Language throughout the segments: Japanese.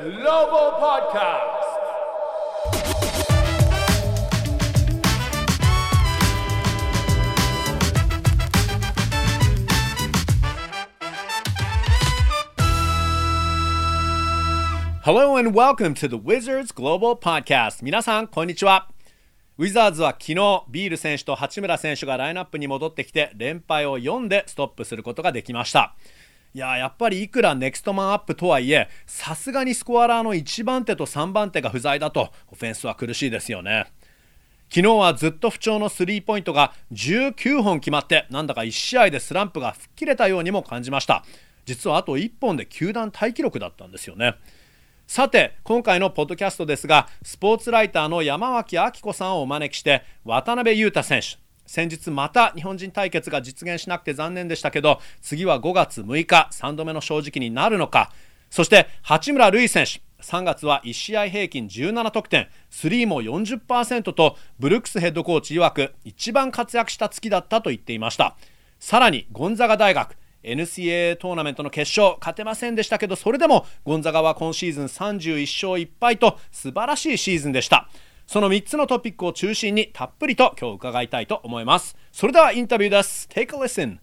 Global Podcast. Hello and welcome to the Wizards Global Podcast. 皆さんこんにちは。ウィザーズは昨日ビール選手と八村選手がラインナップに戻ってきて連敗を4でストップすることができました。やっぱりいくらネクストマンアップとはいえ、さすがにスコアラーの1番手と3番手が不在だとオフェンスは苦しいですよね。昨日はずっと不調のスリーポイントが19本決まって、なんだか1試合でスランプが吹っ切れたようにも感じました。実はあと1本で球団タイ記録だったんですよね。さて今回のポッドキャストですが、スポーツライターの山脇明子さんをお招きして渡辺裕太選手、先日また日本人対決が実現しなくて残念でしたけど、次は5月6日3度目の正直になるのか、そして八村塁選手、3月は1試合平均17得点、スリーも 40% とブルックスヘッドコーチ曰く一番活躍した月だったと言っていました。さらにゴンザガ大学NCAA トーナメントの決勝勝てませんでしたけど、それでもゴンザガは今シーズン31勝1敗と素晴らしいシーズンでした。その3つのトピックを中心にたっぷりと今日伺いたいと思います。それではインタビューです。 Take a listen。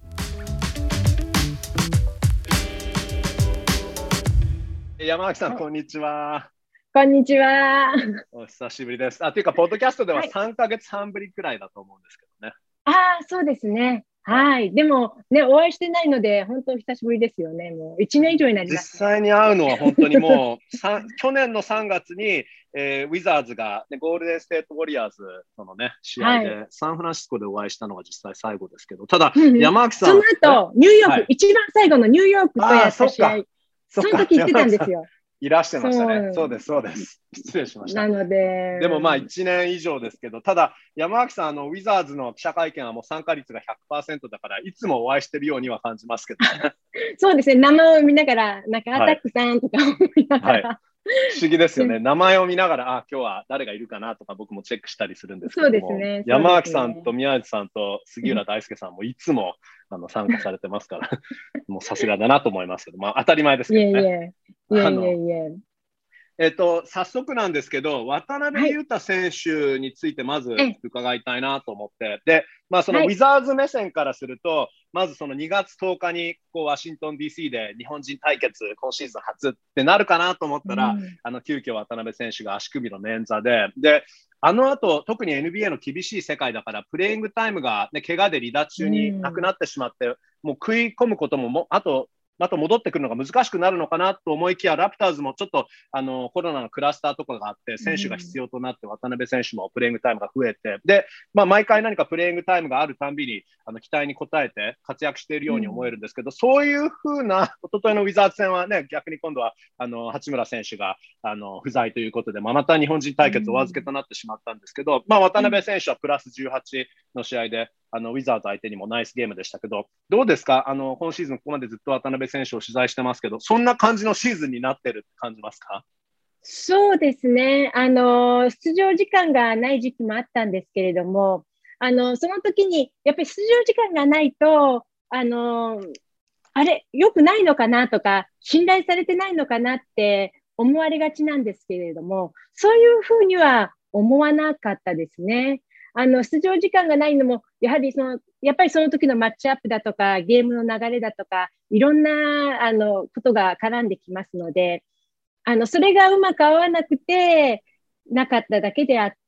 山脇さん、こんにちは。 こんにちは。 お久しぶりです。というかポッドキャストでは3ヶ月半ぶりくらいだと思うんですけどね。 そうですね。はい。でもね、お会いしてないので、本当久しぶりですよね。もう1年以上になります、 実際に会うのは本当にもう去年の3月に、ウィザーズが、ね、ゴールデンステートウォリアーズとのね、試合で、サンフランシスコでお会いしたのが実際最後ですけど、ただ、山脇さん。 その後、ニューヨーク、一番最後のニューヨークとやった試合、その時行ってたんですよ。 いらしてましたね。そうです、そうです。失礼しました。 なので。 でもまあ1年以上ですけど、ただ山脇さん、ウィザーズの記者会見はもう参加率が 100% だから、いつもお会いしてるようには感じますけどね。 そうですね、名前を見ながら、なんかアタックさんとか思いながら。 不思議ですよね。名前を見ながら、今日は誰がいるかなとか僕もチェックしたりするんですけども、 そうですね。 山脇さんと宮内さんと杉浦大輔さんもいつも参加されてますから、もうさすがだなと思いますけど、まあ当たり前ですけどね。早速なんですけど、渡辺裕太選手についてまず伺いたいなと思って、で、そのウィザーズ目線からすると、まずその2月10日にワシントン DC で日本人対決、今シーズン初ってなるかなと思ったら、急遽渡辺選手が足首の捻挫で、あの後、特に NBA の厳しい世界だから、プレイングタイムが、ね、怪我で離脱中になくなってしまって、もう食い込むこともあと戻ってくるのが難しくなるのかなと思いきや、ラプターズもちょっとコロナのクラスターとかがあって、選手が必要となって、渡辺選手もプレイングタイムが増えて、で、毎回何かプレイングタイムがあるたんびに期待に応えて活躍しているように思えるんですけど、そういうふうな、一昨日のウィザーズ戦はね、逆に今度は八村選手が不在ということで、また日本人対決お預けとなってしまったんですけど、渡辺選手はプラス18の試合で、ウィザーズ相手にもナイスゲームでしたけど、どうですか？今シーズンここまでずっと渡辺選手を取材してますけど、そんな感じのシーズンになってるって感じますか？ そうですね。出場時間がない時期もあったんですけれども、その時に、やっぱり出場時間がないと、あれ、良くないのかなとか、信頼されてないのかなって思われがちなんですけれども、そういうふうには思わなかったですね。出場時間がないのも、やっぱりその時のマッチアップだとか、ゲームの流れだとか、いろんな、ことが絡んできますので、それがうまく合わなくて、なかっただけであって、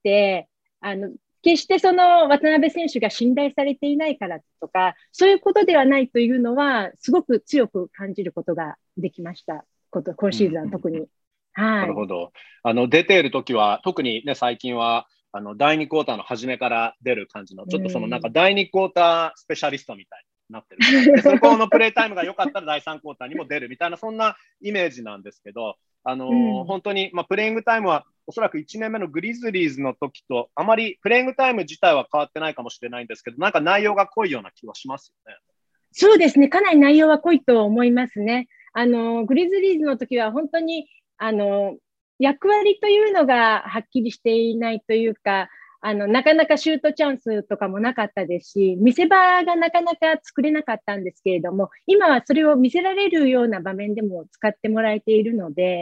決してその渡辺選手が信頼されていないからとか、そういうことではないというのは、すごく強く感じることができました。今シーズンは特に。 なるほど。出ている時は、特にね、最近は、第2クォーターの初めから出る感じの、ちょっとそのなんか第2クォータースペシャリストみたいになってる。でそこのプレイタイムが良かったら第3クォーターにも出るみたいな、そんなイメージなんですけど、本当に、プレイングタイムはおそらく1年目のグリズリーズの時と、あまりプレイングタイム自体は変わってないかもしれないんですけど、なんか内容が濃いような気はしますよね。 そうですね。かなり内容は濃いと思いますね。グリズリーズの時は本当に、役割というのがはっきりしていないというか、なかなかシュートチャンスとかもなかったですし、見せ場がなかなか作れなかったんですけれども、今はそれを見せられるような場面でも使ってもらえているので、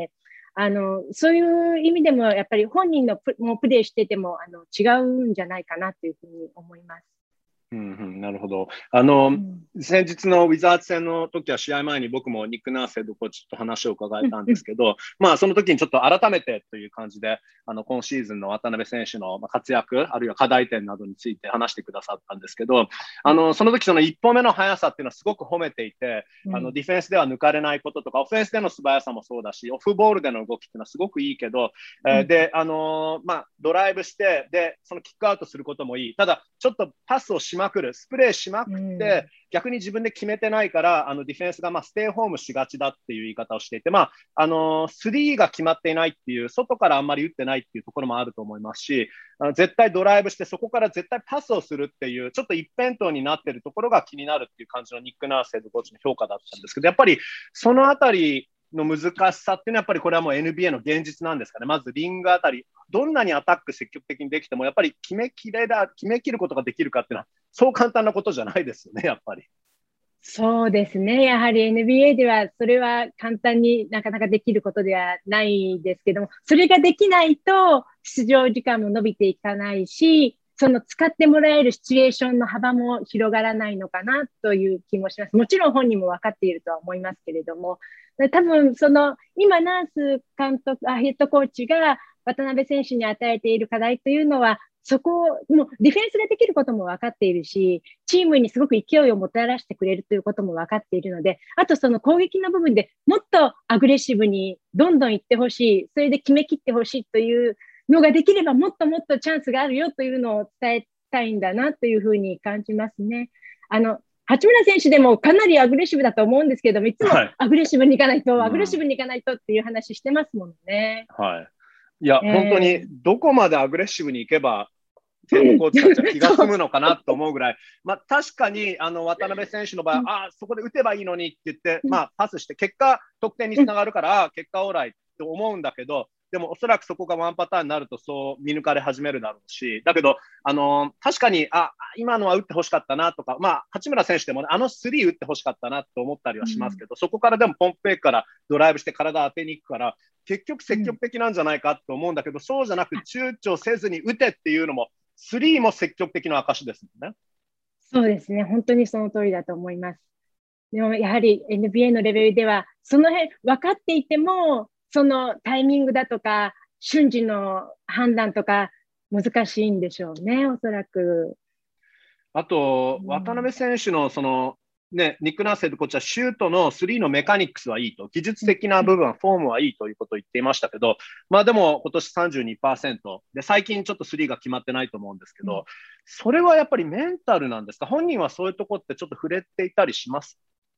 そういう意味でも、やっぱり本人のもうプレーしてても、違うんじゃないかなというふうに思います。 なるほど。先日のウィザーズ戦の時は試合前に僕もニック・ナースヘッドコーチと話を伺えたんですけど、まあその時にちょっと改めてという感じで、今シーズンの渡辺選手の活躍、あるいは課題点などについて話してくださったんですけど、その時その一歩目の速さっていうのはすごく褒めていて、ディフェンスでは抜かれないこととか、オフェンスでの素早さもそうだし、オフボールでの動きっていうのはすごくいいけど、で、ドライブして、で、そのキックアウトすることもいい。ただ、ちょっとパスをしまくる、スプレーしまくって、逆に自分で決めてないから、ディフェンスがステイホームしがちだっていう言い方をしていて、スリーが決まっていないっていう、外からあんまり打ってないっていうところもあると思いますし、絶対ドライブして、そこから絶対パスをするっていう、ちょっと一辺倒になっているところが気になるっていう感じのニック・ナースヘッドコーチの評価だったんですけど、やっぱりそのあたりの難しさっていうのは、やっぱりこれはもう NBA の現実なんですかね。まずリングあたり、どんなにアタック積極的にできても、やっぱり決めきることができるかっていうのは、そう簡単なことじゃないですよね、やっぱり。 そうですね。やはり NBA では、それは簡単になかなかできることではないですけども、それができないと、出場時間も伸びていかないし、その使ってもらえるシチュエーションの幅も広がらないのかなという気もします。もちろん本人も分かっているとは思いますけれども、多分今ナースヘッドコーチが渡辺選手に与えている課題というのは、そこもディフェンスができることも分かっているし、チームにすごく勢いをもたらしてくれるということも分かっているので、あとその攻撃の部分でもっとアグレッシブにどんどん行ってほしい、それで決めきってほしいというのができればもっともっとチャンスがあるよというのを伝えたいんだなというふうに感じますね。八村選手でもかなりアグレッシブだと思うんですけども、いつもアグレッシブに行かないと、アグレッシブに行かないとっていう話してますもんね。 はい。いや、本当にどこまでアグレッシブに行けば、ヘッドコーチたちは気が済むのかなと思うぐらい、確かに渡辺選手の場合、そこで打てばいいのにって言って、パスして、結果、得点につながるから、結果オーライと思うんだけど、でもおそらくそこがワンパターンになるとそう見抜かれ始めるだろうし、だけど、確かに、今のは打ってほしかったなとか、八村選手でも、ね、スリー打ってほしかったなと思ったりはしますけど、そこからでもポンプフェイクからドライブして体当てに行くから、結局積極的なんじゃないかと思うんだけど、そうじゃなく躊躇せずに打てっていうのも、スリーも積極的な証ですもんね。 そうですね。本当にその通りだと思います。でもやはり NBA のレベルでは、その辺分かっていても、そのタイミングだとか、瞬時の判断とか、難しいんでしょうね、おそらく。 あと、渡辺選手のニック・ナースヘッドコーチはシュートのスリーのメカニクスはいいと、技術的な部分、フォームはいいということを言っていましたけど、でも今年 32% で、最近ちょっとスリーが決まってないと思うんですけど、それはやっぱりメンタルなんですか？本人はそういうところってちょっと触れていたりします？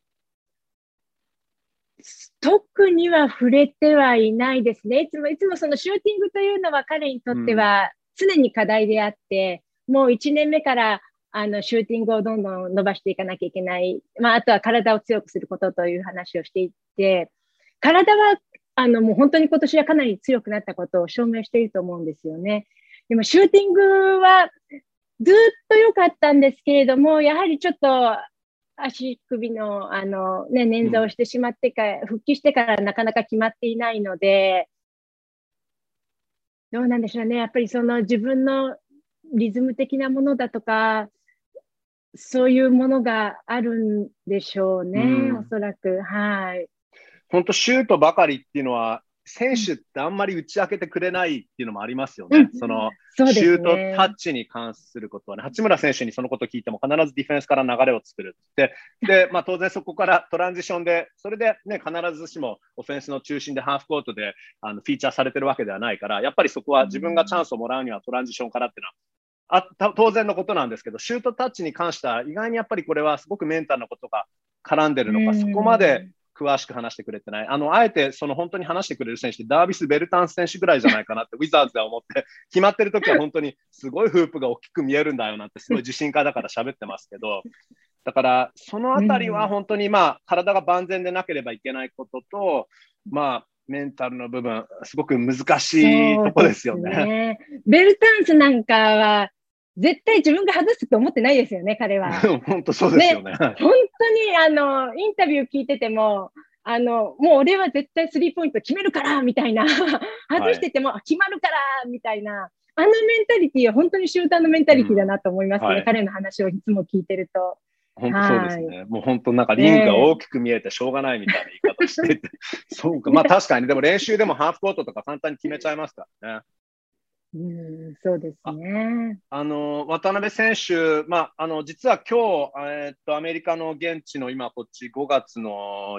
特には触れてはいないですね。いつもそのシューティングというのは彼にとっては常に課題であって、もう1年目からシューティングをどんどん伸ばしていかなきゃいけない。あとは体を強くすることという話をしていて、体はもう本当に今年はかなり強くなったことを証明していると思うんですよね。でもシューティングはずっと良かったんですけれども、やはりちょっと足首の捻挫をしてしまってから復帰してからなかなか決まっていないので、どうなんでしょうね。やっぱりその自分のリズム的なものだとか、そういうものがあるんでしょうね、おそらく。はい。 本当、シュートばかりっていうのは、選手ってあんまり打ち明けてくれないっていうのもありますよね。シュートタッチに関することはね、八村選手にそのことを聞いても必ずディフェンスから流れを作るって。で、当然そこからトランジションで、それでね、必ずしもオフェンスの中心でハーフコートでフィーチャーされてるわけではないから、やっぱりそこは自分がチャンスをもらうにはトランジションからっていうのは当然のことなんですけど、シュートタッチに関しては意外にやっぱりこれはすごくメンタルのことが絡んでるのか、そこまで詳しく話してくれてない。あえて本当に話してくれる選手ってダービス・ベルタンス選手ぐらいじゃないかなってウィザーズでは思って、決まってる時は本当にすごいフープが大きく見えるんだよなんてすごい自信家だから喋ってますけど、だからそのあたりは本当に体が万全でなければいけないことと、メンタルの部分、すごく難しいとこですよね。 ベルタンスなんかは絶対自分が外すと思ってないですよね、彼は。 本当そうですよね。 本当にインタビュー聞いてても、 もう俺は絶対スリーポイント決めるからみたいな、外してても決まるからみたいな、メンタリティは本当にシューターのメンタリティだなと思いますね、彼の話をいつも聞いてると。 本当そうですね。もう本当なんかリングが大きく見えてしょうがないみたいな言い方してて。そうか。まあ確かに、でも練習でもハーフコートとか簡単に決めちゃいますからね。 そうですね。 渡辺選手、実は今日、アメリカの現地の今、こっち4月の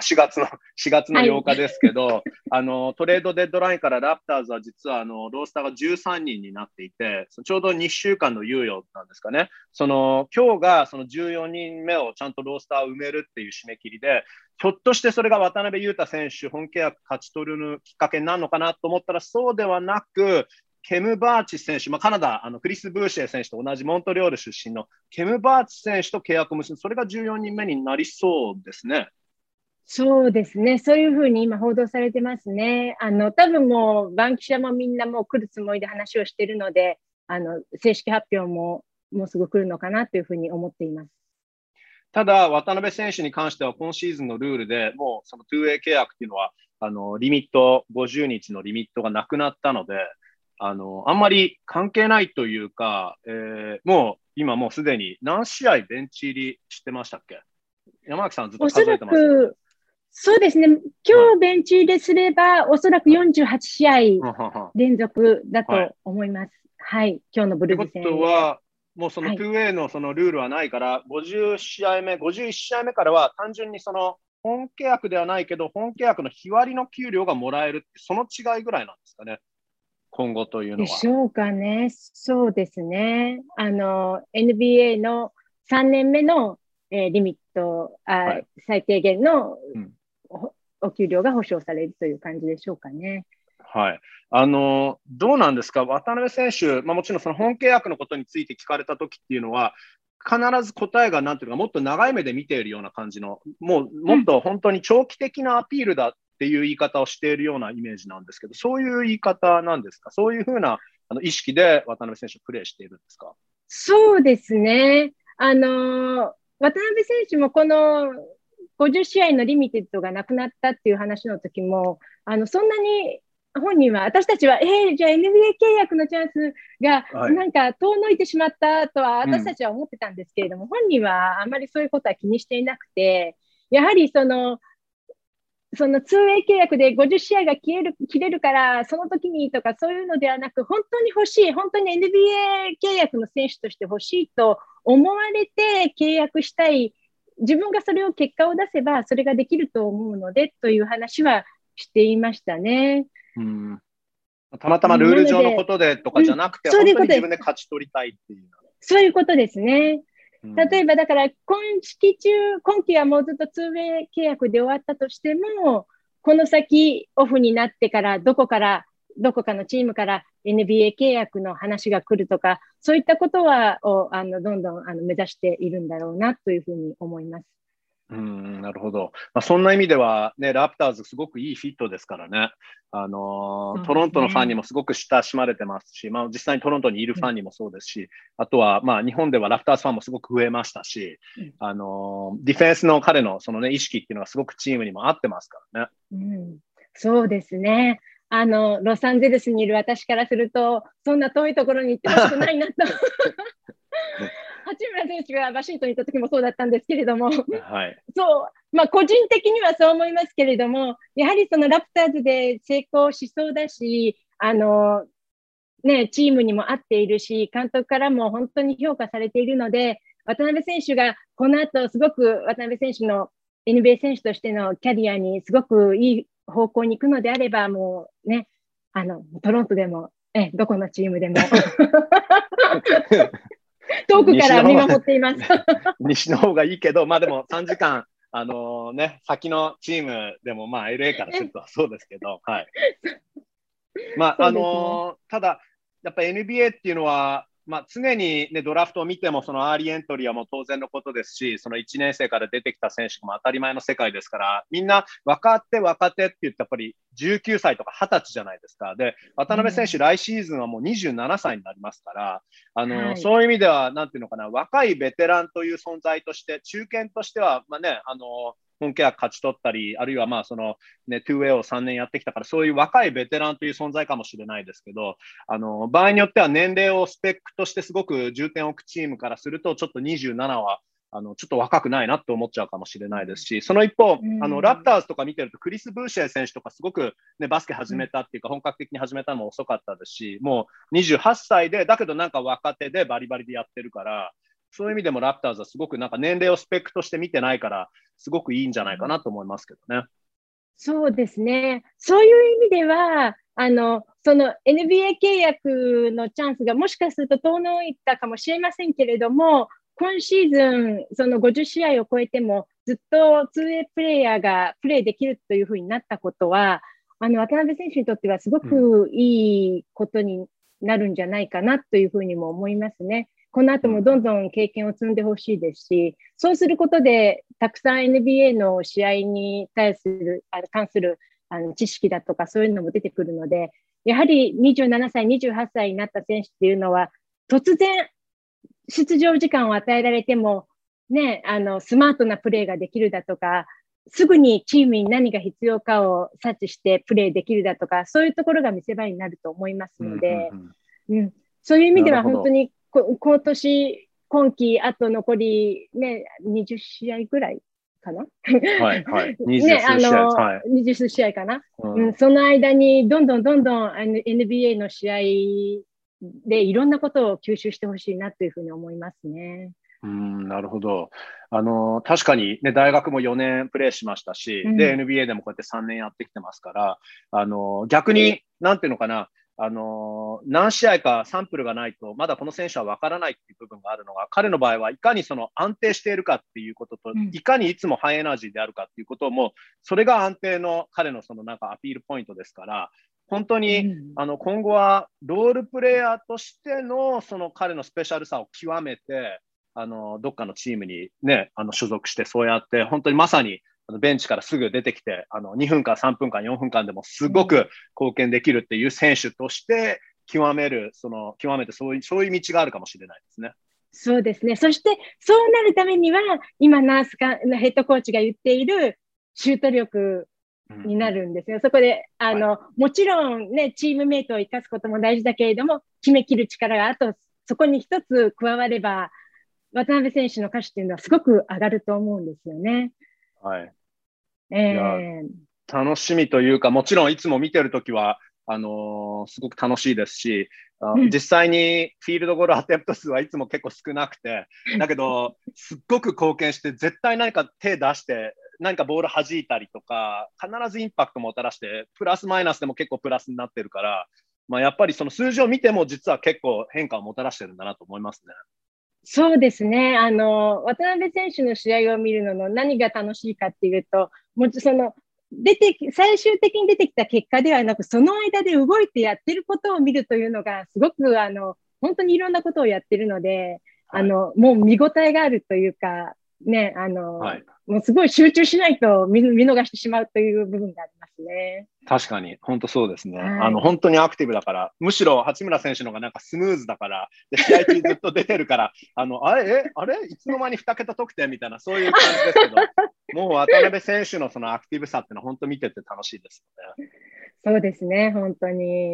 8日ですけど、トレードデッドラインからラプターズは実はロースターが13人になっていて、ちょうど2週間の猶予なんですかね。今日がその14人目をちゃんとロースターを埋めるっていう締め切りで、ひょっとしてそれが渡辺裕太選手、本契約勝ち取るきっかけになるのかなと思ったら、そうではなく、ケム・バーチ選手、カナダ、クリス・ブーシェ選手と同じモントリオール出身のケム・バーチ選手と契約を結んで、それが14人目になりそうですね。 そうですね。そういうふうに今報道されてますね。多分もう、バンキシャもみんなもう来るつもりで話をしているので、正式発表ももうすぐ来るのかなというふうに思っています。 ただ、渡辺選手に関しては今シーズンのルールでもうその 2way 契約っていうのは、リミット、50日のリミットがなくなったので、あんまり関係ないというか、もう今もうすでに何試合ベンチ入りしてましたっけ？山脇さんずっと数えてますよね。 そうですね。今日ベンチ入りすれば、おそらく48試合連続だと思います。はい。今日のブルーズ戦。 ということは、もうその 2way のそのルールはないから、51試合目からは単純にその本契約ではないけど、本契約の日割りの給料がもらえるって、その違いぐらいなんですかね。今後というのは。 でしょうかね。そうですね。NBA の3年目の、リミット、最低限の、お給料が保証されるという感じでしょうかね。 はい。どうなんですか、渡辺選手、もちろんその本契約のことについて聞かれたときっていうのは、必ず答えがなんていうか、もっと長い目で見ているような感じの、もっと本当に長期的なアピールだっていう言い方をしているようなイメージなんですけど、そういう言い方なんですか？そういうふうな意識で渡辺選手プレーしているんですか？ そうですね。渡辺選手もこの50試合のリミテッドがなくなったっていう話の時も、そんなに本人は、私たちは、じゃあ NBA 契約のチャンスがなんか遠のいてしまったとは私たちは思ってたんですけれども、本人はあまりそういうことは気にしていなくて、やはりその 2way 契約で50試合が切れるから、その時にとかそういうのではなく、本当に欲しい、本当に NBA 契約の選手として欲しいと思われて契約したい、自分がそれを結果を出せばそれができると思うのでという話はしていましたね。 たまたまルール上のことでとかじゃなくて、本当に自分で勝ち取りたいっていう。 そういうことですね。例えばだから今季はもうずっと 2way 契約で終わったとしても、この先オフになってからどこかのチームから NBA 契約の話が来るとか、そういったことはどんどん目指しているんだろうなというふうに思います。 なるほど。そんな意味では、ね、ラプターズすごくいいフィットですからね。トロントのファンにもすごく親しまれてますし、実際にトロントにいるファンにもそうですし、あとは、日本ではラプターズファンもすごく増えましたし、ディフェンスの彼のそのね、意識っていうのはすごくチームにも合ってますからね。そうですね。ロサンゼルスにいる私からすると、そんな遠いところに行ってほしくないなと。八村選手がワシントンに行った時もそうだったんですけれども、そう、個人的にはそう思いますけれども、やはりそのラプターズで成功しそうだし、チームにも合っているし、監督からも本当に評価されているので、渡辺選手がこの後すごく渡辺選手の NBA 選手としてのキャリアにすごくいい方向に行くのであれば、もうね、トロントでも、どこのチームでも。遠くから見守っています。 西の方がいいけど、でも3時間、先のチームでも、LA からするとそうですけど、はい。ただ、やっぱり NBA っていうのは、常に、ね、ドラフトを見ても、そのアーリーエントリーはもう当然のことですし、その1年生から出てきた選手も当たり前の世界ですから、みんな若手って言って、やっぱり19歳とか20歳じゃないですか。で、渡辺選手、来シーズンはもう27歳になりますから、そういう意味では、なんていうのかな、若いベテランという存在として、中堅としては、 本契約勝ち取ったり、あるいはまあその、ね、2way を3年やってきたから、そういう若いベテランという存在かもしれないですけど、場合によっては年齢をスペックとしてすごく重点を置くチームからすると、ちょっと27はちょっと若くないなって思っちゃうかもしれないですし、その一方、ラプターズとか見てると、クリス・ブーシェ選手とかすごく、ね、バスケ始めたっていうか、本格的に始めたのも遅かったですし、もう28歳で、だけどなんか若手でバリバリでやってるから、そういう意味でもラプターズはすごくなんか年齢をスペックとして見てないから、すごくいいんじゃないかなと思いますけどね。 そうですね。そういう意味では、その NBA 契約のチャンスがもしかすると遠のいたかもしれませんけれども、今シーズン、その50試合を超えても、ずっと 2way プレイヤーがプレイできるというふうになったことは、渡辺選手にとってはすごくいいことになるんじゃないかなというふうにも思いますね。この後もどんどん経験を積んでほしいですし、そうすることで、たくさん NBA の試合に関する知識だとかそういうのも出てくるので、やはり27歳、28歳になった選手っていうのは、突然、出場時間を与えられても、ね、スマートなプレーができるだとか、すぐにチームに何が必要かを察知してプレーできるだとか、そういうところが見せ場になると思いますので、そういう意味では本当に今季、あと残り、ね、20試合ぐらいかなはいはい。20 数試合かな、その間にどんどんNBA の試合でいろんなことを吸収してほしいなというふうに思いますね。 なるほど。確かに、ね、大学も4年プレーしましたし、で、NBA でもこうやって3年やってきてますから、逆に、なんていうのかな、何試合かサンプルがないと、まだこの選手は分からないっていう部分があるのが、彼の場合はいかにその安定しているかっていうことと、いかにいつもハイエナジーであるかっていうことも、それが安定の彼のそのなんかアピールポイントですから、本当に、今後はロールプレイヤーとしてのその彼のスペシャルさを極めて、どっかのチームにね、所属して、そうやって本当にまさにベンチからすぐ出てきて、2分間、3分間、4分間でもすごく貢献できるっていう選手として極めてそういう道があるかもしれないですね。 そうですね。そして、そうなるためには、今、ヘッドコーチが言っているシュート力になるんですよ。そこで、もちろんね、チームメイトを生かすことも大事だけれども、決めきる力がそこに一つ加われば、渡辺選手の価値っていうのはすごく上がると思うんですよね。 はい。楽しみというか、もちろんいつも見てるときは、すごく楽しいですし、実際にフィールドゴールアテンプト数はいつも結構少なくて、だけど、すっごく貢献して、絶対何か手出して、何かボール弾いたりとか、必ずインパクトもたらして、プラスマイナスでも結構プラスになってるから、やっぱりその数字を見ても実は結構変化をもたらしてるんだなと思いますね。 そうですね。渡辺選手の試合を見るのの何が楽しいかっていうと、最終的に出てきた結果ではなく、その間で動いてやってることを見るというのが、すごく、本当にいろんなことをやってるので、もう見応えがあるというか、ね、もうすごい集中しないと見逃してしまうという部分がありますね。 確かに、本当そうですね。本当にアクティブだから、むしろ八村選手の方がなんかスムーズだから、で試合中ずっと出てるから、あれいつの間に2桁得点みたいな、そういう感じですけど、もう渡辺選手のそのアクティブさっていうのは本当見てて楽しいですよね。 そうですね、本当に。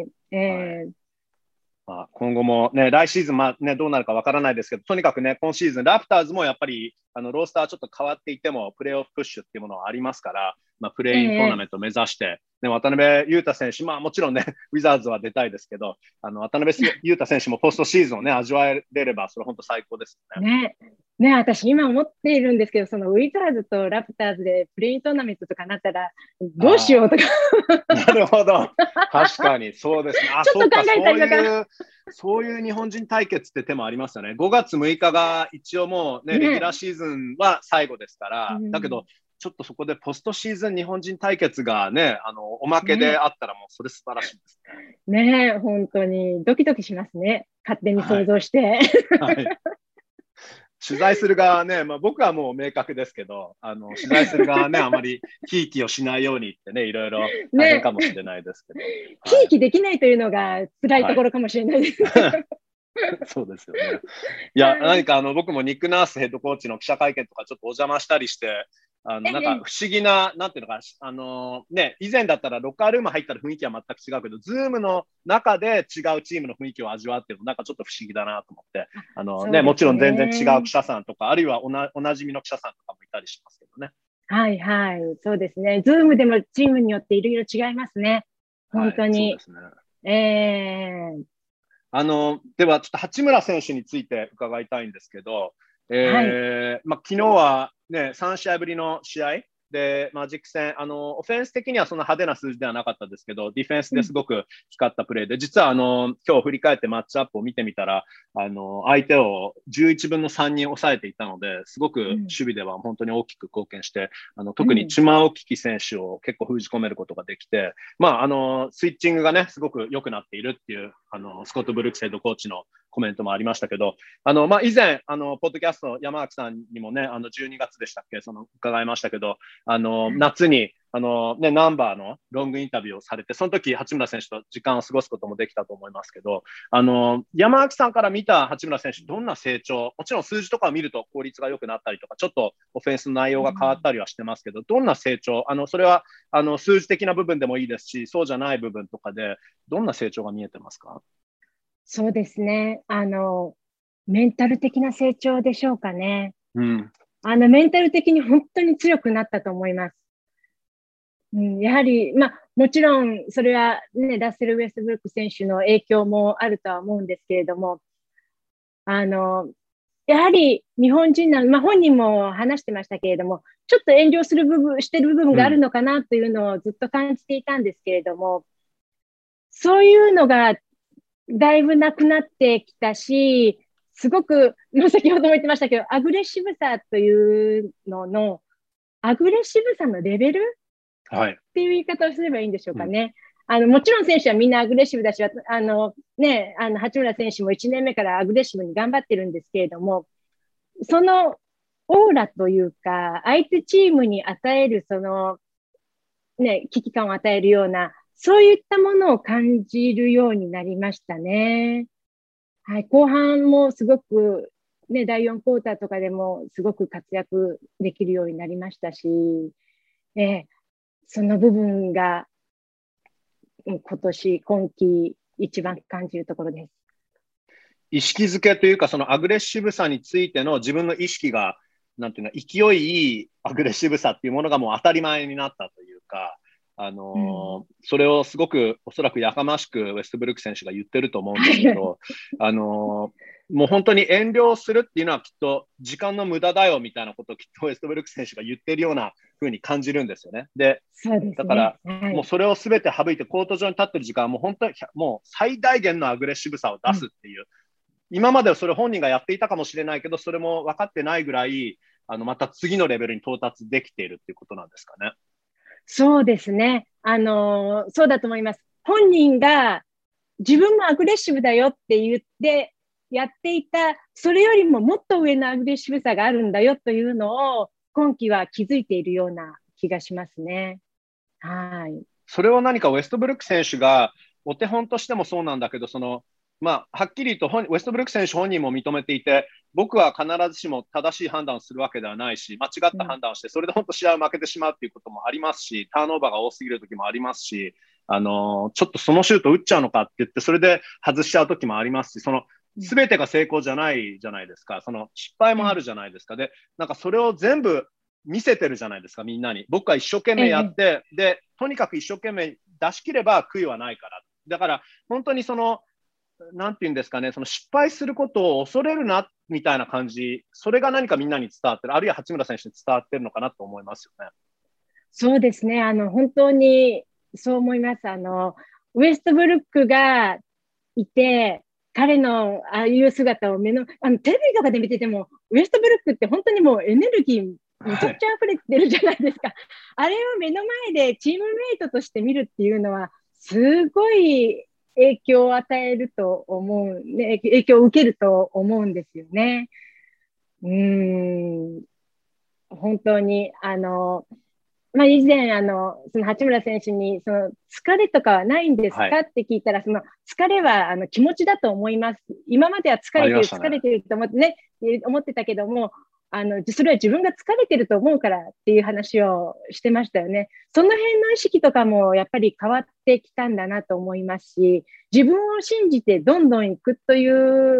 今後もね、来シーズン、どうなるかわからないですけど、とにかくね、今シーズン、ラプターズもやっぱり、ロースターちょっと変わっていても、プレーオフプッシュっていうものはありますから、プレーイントーナメントを目指して、渡辺裕太選手、もちろんね、ウィザーズは出たいですけど、渡辺裕太選手もポストシーズンをね、味わえれば、それ本当最高ですね。ね、私今思っているんですけど、そのウィザーズとラプターズでプレーイントーナメントとかなったら、どうしようとか。 なるほど。確かに、そうですね。 ちょっと考えたりとか。 そういう日本人対決って手もありますよね。5月6日が一応もうね、レギュラーシーズンは最後ですから、だけど、ちょっとそこでポストシーズン日本人対決がね、おまけであったらもうそれ素晴らしいですね。ねえ、本当にドキドキしますね。勝手に想像して。 取材する側はね、僕はもう明確ですけど、取材する側はね、あまりひいきをしないようにってね、いろいろ大変かもしれないですけど。 ひいきできないというのが辛いところかもしれないです。 そうですよね。いや、何か僕もニック・ナースヘッドコーチの記者会見とかちょっとお邪魔したりして、 なんか不思議な、なんていうのか、ね、以前だったらロッカールーム入ったら雰囲気は全く違うけど、ズームの中で違うチームの雰囲気を味わってるの、なんかちょっと不思議だなと思って、ね、もちろん全然違う記者さんとか、あるいはおなじみの記者さんとかもいたりしますけどね。 はいはい、そうですね。ズームでもチームによっていろいろ違いますね。本当に。 はい、そうですね。では、ちょっと八村選手について伺いたいんですけど、昨日はね、3試合ぶりの試合で、マジック戦、オフェンス的にはそんな派手な数字ではなかったですけど、ディフェンスですごく光ったプレーで、実は今日振り返ってマッチアップを見てみたら、相手を11分の3に抑えていたので、すごく守備では本当に大きく貢献して、特にチュマオキキ選手を結構封じ込めることができて、スイッチングがね、すごく良くなっているっていう、スコット・ブルックスヘッドコーチのコメントもありましたけど、以前、ポッドキャスト、山脇さんにもね、12月でしたっけ、伺いましたけど、夏に、ナンバーのロングインタビューをされて、その時、八村選手と時間を過ごすこともできたと思いますけど、山脇さんから見た八村選手、どんな成長、もちろん数字とかを見ると効率が良くなったりとか、ちょっとオフェンスの内容が変わったりはしてますけど、どんな成長、それは、数字的な部分でもいいですし、そうじゃない部分とかで、どんな成長が見えてますか？ そうですね。メンタル的な成長でしょうかね。メンタル的に本当に強くなったと思います。やはり、もちろん、それはね、ラッセル・ウェストブルック選手の影響もあるとは思うんですけれども、やはり日本人本人も話してましたけれども、ちょっと遠慮してる部分があるのかなというのをずっと感じていたんですけれども、そういうのがだいぶなくなってきたし、すごく、先ほども言ってましたけど、アグレッシブさというのの、アグレッシブさのレベルっていう言い方をすればいいんでしょうかね。もちろん選手はみんなアグレッシブだし、八村選手も1年目からアグレッシブに頑張ってるんですけれども、そのオーラというか、相手チームに与える危機感を与えるような、そういったものを感じるようになりましたね。はい、後半もすごく、第4クォーターとかでもすごく活躍できるようになりましたし、その部分が今季一番感じるところです。 意識づけというか、そのアグレッシブさについての自分の意識が、なんていうの、勢いいいアグレッシブさっていうものがもう当たり前になったというか、それをすごくおそらくやかましくウェストブルック選手が言ってると思うんですけど、もう本当に遠慮するっていうのはきっと時間の無駄だよみたいなことをきっとウェストブルック選手が言ってるような風に感じるんですよね。で、だから、もうそれを全て省いてコート上に立ってる時間はもう本当にもう最大限のアグレッシブさを出すっていう、今まではそれ本人がやっていたかもしれないけど、それも分かってないぐらい、また次のレベルに到達できているっていうことなんですかね。 そうですね。そうだと思います。本人が自分もアグレッシブだよって言ってやっていた、それよりももっと上のアグレッシブさがあるんだよというのを今季は気づいているような気がしますね。はい。 それは何かウェストブルック選手がお手本としてもそうなんだけど、はっきりとウェストブルック選手本人も認めていて、僕は必ずしも正しい判断をするわけではないし、間違った判断をして、それで本当試合を負けてしまうということもありますし、ターンオーバーが多すぎる時もありますし、ちょっとそのシュート打っちゃうのかって言って、それで外しちゃう時もありますし、全てが成功じゃないじゃないですか。失敗もあるじゃないですか。で、なんかそれを全部見せてるじゃないですか、みんなに。僕は一生懸命やって、で、とにかく一生懸命出し切れば悔いはないから。だから、本当になんていうんですかね、失敗することを恐れるな、みたいな感じ、それが何かみんなに伝わってる、あるいは八村選手に伝わってるのかなと思いますよね。 そうですね。本当にそう思います。ウエストブルックがいて、彼のああいう姿をテレビとかで見てても、ウエストブルックって本当にもうエネルギーめちゃくちゃ溢れてるじゃないですか。あれを目の前でチームメイトとして見るっていうのは、すごい影響を与えると思う、ね、影響を受けると思うんですよね。本当に、以前、その八村選手に、疲れとかはないんですか、って聞いたら、疲れは、気持ちだと思います。今までは疲れてると思ってたけども、 それは自分が疲れてると思うからっていう話をしてましたよね。その辺の意識とかもやっぱり変わってきたんだなと思いますし、自分を信じてどんどん行くという、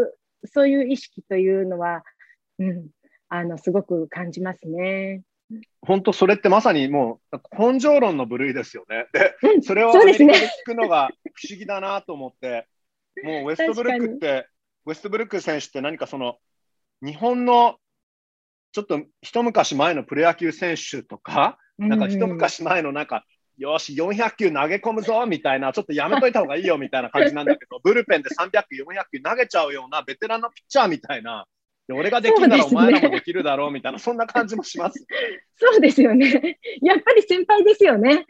そういう意識というのは、すごく感じますね。 本当、それってまさにもう根性論の部類ですよね。で、それをアメリカで聞くのが不思議だなと思って、もうウェストブルック選手って何かその日本のちょっと一昔前のプロ野球選手とか、なんか一昔前のなんか、よし、400球投げ込むぞみたいな、ちょっとやめといた方がいいよみたいな感じなんだけど、ブルペンで300球、400球投げちゃうようなベテランのピッチャーみたいな、俺ができるならお前らもできるだろうみたいな、そんな感じもします。 そうですよね。やっぱり先輩ですよね。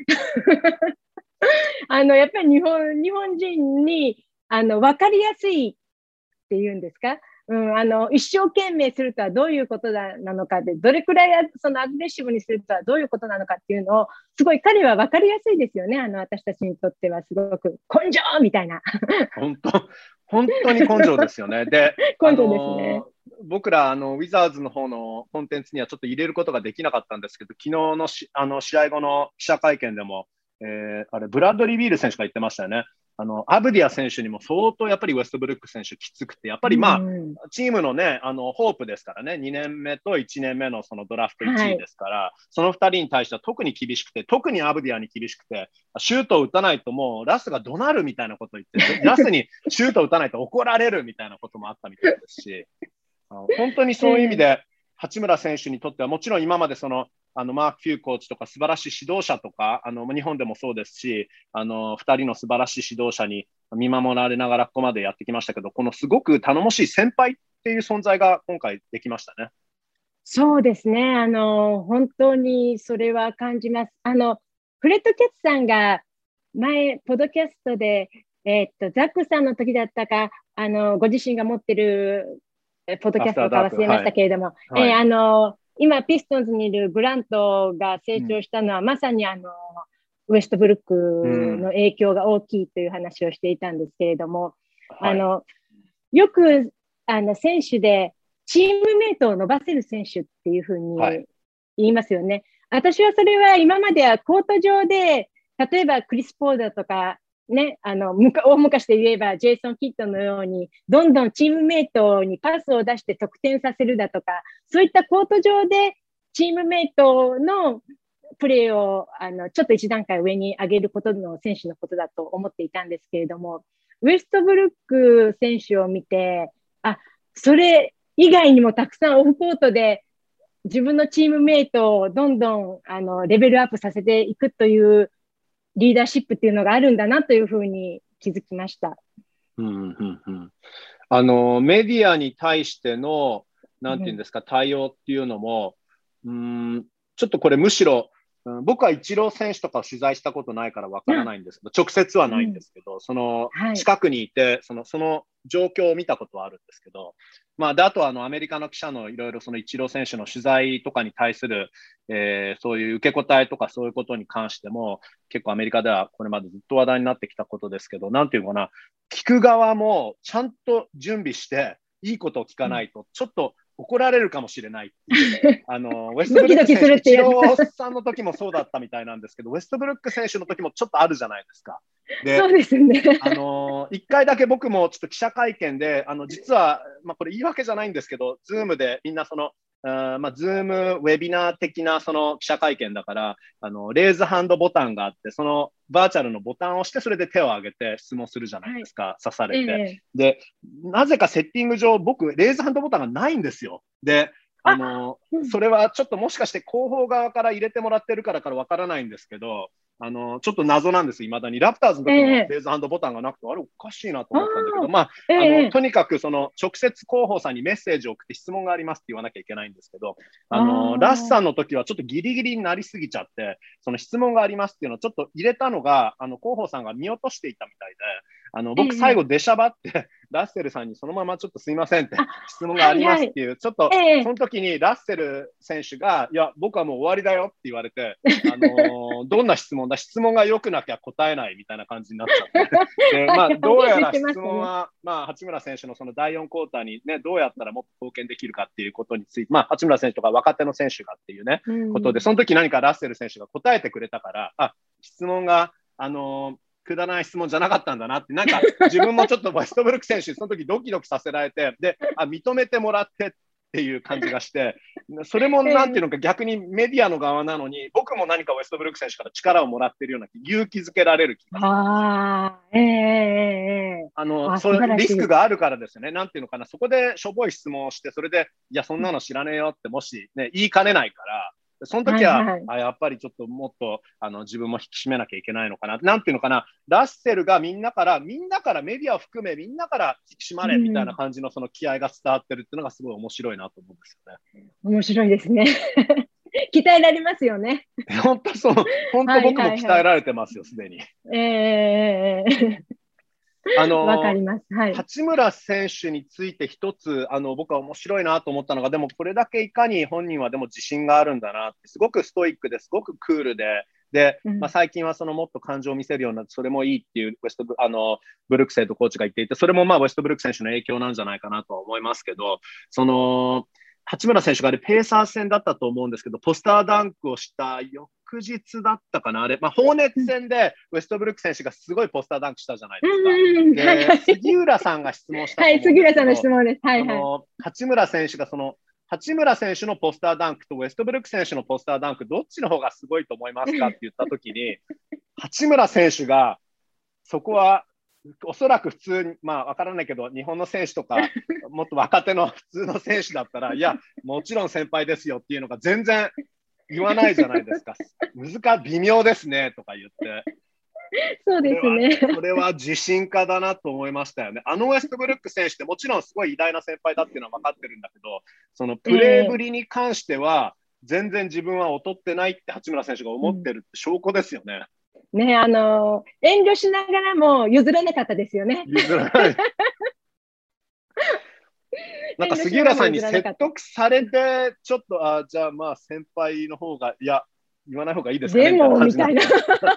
やっぱり日本人に分かりやすいっていうんですか、一生懸命するとはどういうことなのかで、どれくらいそのアグレッシブにするとはどういうことなのかっていうのを、すごい彼は分かりやすいですよね。私たちにとってはすごく根性みたいな。 本当に根性ですよね。で、 根性ですね。 僕らウィザーズの方のコンテンツにはちょっと入れることができなかったんですけど、昨日の試合後の記者会見でも、ブラッドリー・ビール選手が言ってましたよね。アブディア選手にも相当やっぱりウェストブルック選手きつくて、やっぱりチームのね、ホープですからね、2年目と1年目のそのドラフト1位ですから、その2人に対しては特に厳しくて、特にアブディアに厳しくて、シュートを打たないともうラスが怒鳴るみたいなことを言って、ラスにシュートを打たないと怒られるみたいなこともあったみたいですし、本当にそういう意味で、八村選手にとってはもちろん今までそのマーク・フューコーチとか素晴らしい指導者とか日本でもそうですし2人の素晴らしい指導者に見守られながらここまでやってきましたけど、このすごく頼もしい先輩っていう存在が今回できましたね。 そうですね。本当にそれは感じます。フレッド・キャッツさんが前ポッドキャストで、ザックさんの時だったかご自身が持ってるポッドキャストか忘れましたけれども、今、ピストンズにいるグラントが成長したのは、まさにウェストブルックの影響が大きいという話をしていたんですけれども、よく選手でチームメイトを伸ばせる選手っていうふうに言いますよね。私はそれは今まではコート上で、例えばクリス・ポーダーとか、ね、大昔で言えばジェイソン・キッドのようにどんどんチームメイトにパスを出して得点させるだとか、そういったコート上でチームメイトのプレーをちょっと一段階上に上げることの選手のことだと思っていたんですけれども、ウェストブルック選手を見て、それ以外にもたくさんオフコートで自分のチームメイトをどんどんレベルアップさせていくというリーダーシップっていうのがあるんだなというふうに気づきました。 メディアに対してのなんていうんですか、対応っていうのもちょっとこれむしろ僕はイチロー選手とかを取材したことないからわからないんですけど、直接はないんですけど、その近くにいてその状況を見たことはあるんですけど、であとはアメリカの記者のいろいろそのイチロー選手の取材とかに対する、そういう受け答えとかそういうことに関しても結構アメリカではこれまでずっと話題になってきたことですけど、なんていうかな、聞く側もちゃんと準備していいことを聞かないとちょっと怒られるかもしれないっていう、ウェストブルック選手、イチローさんの時もそうだったみたいなんですけど、ウェストブルック選手の時もちょっとあるじゃないですか。 で、そうですね。 一回だけ僕もちょっと記者会見で、実は、これ言い訳じゃないんですけど、ズームでみんなズームウェビナー的なその記者会見だから、レーズハンドボタンがあって、そのバーチャルのボタンを押して、それで手を挙げて質問するじゃないですか、刺されて。で、なぜかセッティング上、僕、レーズハンドボタンがないんですよ。で、それはちょっともしかして広報側から入れてもらってるからわからないんですけど、ちょっと謎なんです、いまだに。ラプターズの時もレーズハンドボタンがなくて、あれおかしいなと思ったんだけど、とにかくその直接広報さんにメッセージを送って質問がありますって言わなきゃいけないんですけど、ラスさんの時はちょっとギリギリになりすぎちゃって、その質問がありますっていうのをちょっと入れたのが、広報さんが見落としていたみたい僕最後出しゃばって、ラッセルさんにそのままちょっとすいませんって質問がありますっていう、ちょっとその時にラッセル選手が、いや、僕はもう終わりだよって言われて、どんな質問が良くなきゃ答えないみたいな感じになっちゃって。で、どうやら質問は、八村選手のその第4クォーターにね、どうやったらもっと貢献できるかっていうことについて、八村選手とか若手の選手がっていうね、ことで、その時何かラッセル選手が答えてくれたから、質問が、くだらない質問じゃなかったんだなって、なんか自分もちょっとウェストブルック選手、その時ドキドキさせられて、で、認めてもらってっていう感じがして、それもなんていうのか、逆にメディアの側なのに、僕も何かウェストブルック選手から力をもらってるような、勇気づけられる気がする。そういうリスクがあるからですよね。なんていうのかな、そこでしょぼい質問をして、それで、いや、そんなの知らねえよって、もし、ね、言いかねないから、その時は、やっぱりちょっともっと自分も引き締めなきゃいけないのかな。なんていうのかな、ラッセルがみんなからメディアを含めみんなから引き締まれみたいな感じのその気合が伝わってるっていうのがすごい面白いなと思うんですよね。 面白いですね。鍛えられますよね。 本当そう。本当僕も鍛えられてますよ、すでに。 わかります。 八村選手について一つ、僕は面白いなと思ったのが、でもこれだけいかに本人はでも自信があるんだなって、すごくストイックですごくクールで、最近はそのもっと感情を見せるような、それもいいっていうブルックスヘッドコーチが言っていて、それもウェストブルック選手の影響なんじゃないかなとは思いますけど、八村選手がペーサー戦だったと思うんですけど、ポスターダンクをした翌日だったかな、あれ、ホーネッツ戦でウェストブルック選手がすごいポスターダンクしたじゃないですか。で、杉浦さんが質問したと思うんですけど、 杉浦さんの質問です。 八村選手が八村選手のポスターダンクとウェストブルック選手のポスターダンク、どっちの方がすごいと思いますかって言ったときに、八村選手が、そこはおそらく普通に、わからないけど、日本の選手とか、もっと若手の普通の選手だったら、いや、もちろん先輩ですよっていうのが全然言わないじゃないですか。微妙ですねとか言って。 そうですね。 これは自信家だなと思いましたよね。ウェストブルック選手ってもちろんすごい偉大な先輩だっていうのは分かってるんだけど、そのプレーぶりに関しては、全然自分は劣ってないって八村選手が思ってるって証拠ですよね。 ね、遠慮しながらも譲らなかったですよね。 譲らない。なんか杉浦さんに説得されて、ちょっと、じゃあ先輩の方が、いや、言わない方がいいですかねみたいな。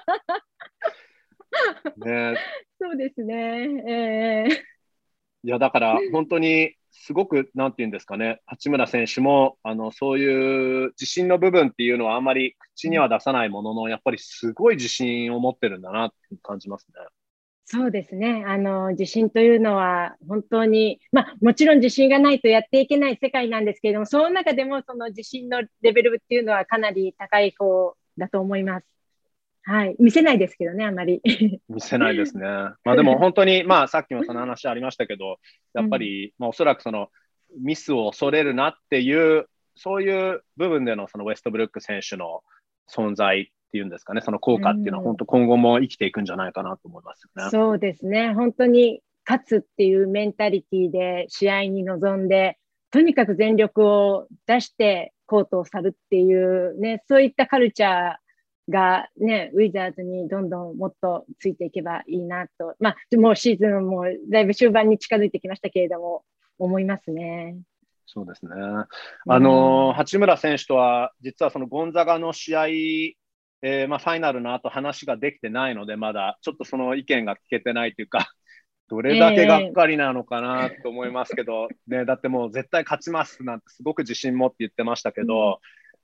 ね、 そうですね。 いや、だから本当にすごく、なんていうんですかね、八村選手も、そういう自信の部分っていうのはあんまり口には出さないものの、やっぱりすごい自信を持ってるんだなって感じますね。 そうですね。自信というのは本当に、もちろん自信がないとやっていけない世界なんですけれども、その中でもその自信のレベルっていうのはかなり高い方だと思います。はい。見せないですけどね、あまり。 見せないですね。でも本当に、さっきもその話ありましたけど、やっぱり、おそらくそのミスを恐れるなっていう、そういう部分でのそのウェストブルック選手の存在っていうんですかね、その効果っていうのは本当今後も生きていくんじゃないかなと思いますよね。 そうですね。本当に勝つっていうメンタリティで試合に臨んで、とにかく全力を出してコートを去るっていうね、そういったカルチャーがね、ウィザーズにどんどんもっとついていけばいいなと、もうシーズンもだいぶ終盤に近づいてきましたけれども、思いますね。 そうですね。八村選手とは、実はそのゴンザガの試合、ファイナルの後話ができてないので、まだちょっとその意見が聞けてないというか、どれだけがっかりなのかなと思いますけど、だってもう絶対勝ちますなんてすごく自信持って言ってましたけど、フ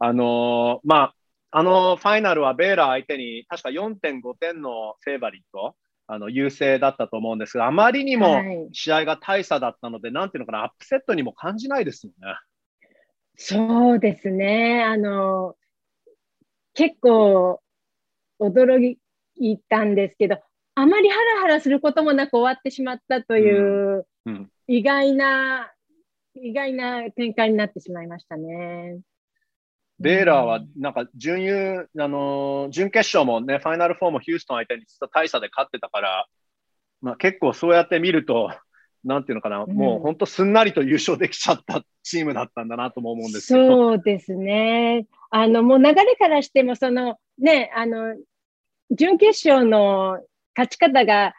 ァイナルはベイラー相手に確か 4.5 点のフェイバリット、優勢だったと思うんですが、あまりにも試合が大差だったので、なんていうのかな、アップセットにも感じないですよね。 そうですね。結構驚いたんですけど、あまりハラハラすることもなく終わってしまったという、意外な展開になってしまいましたね。 ベイラーはなんか準決勝もね、ファイナル4もヒューストン相手に大差で勝ってたから、結構そうやって見ると、なんていうのかな、もう本当すんなりと優勝できちゃったチームだったんだなとも思うんですけど。 そうですね。もう流れからしても、準決勝の勝ち方が、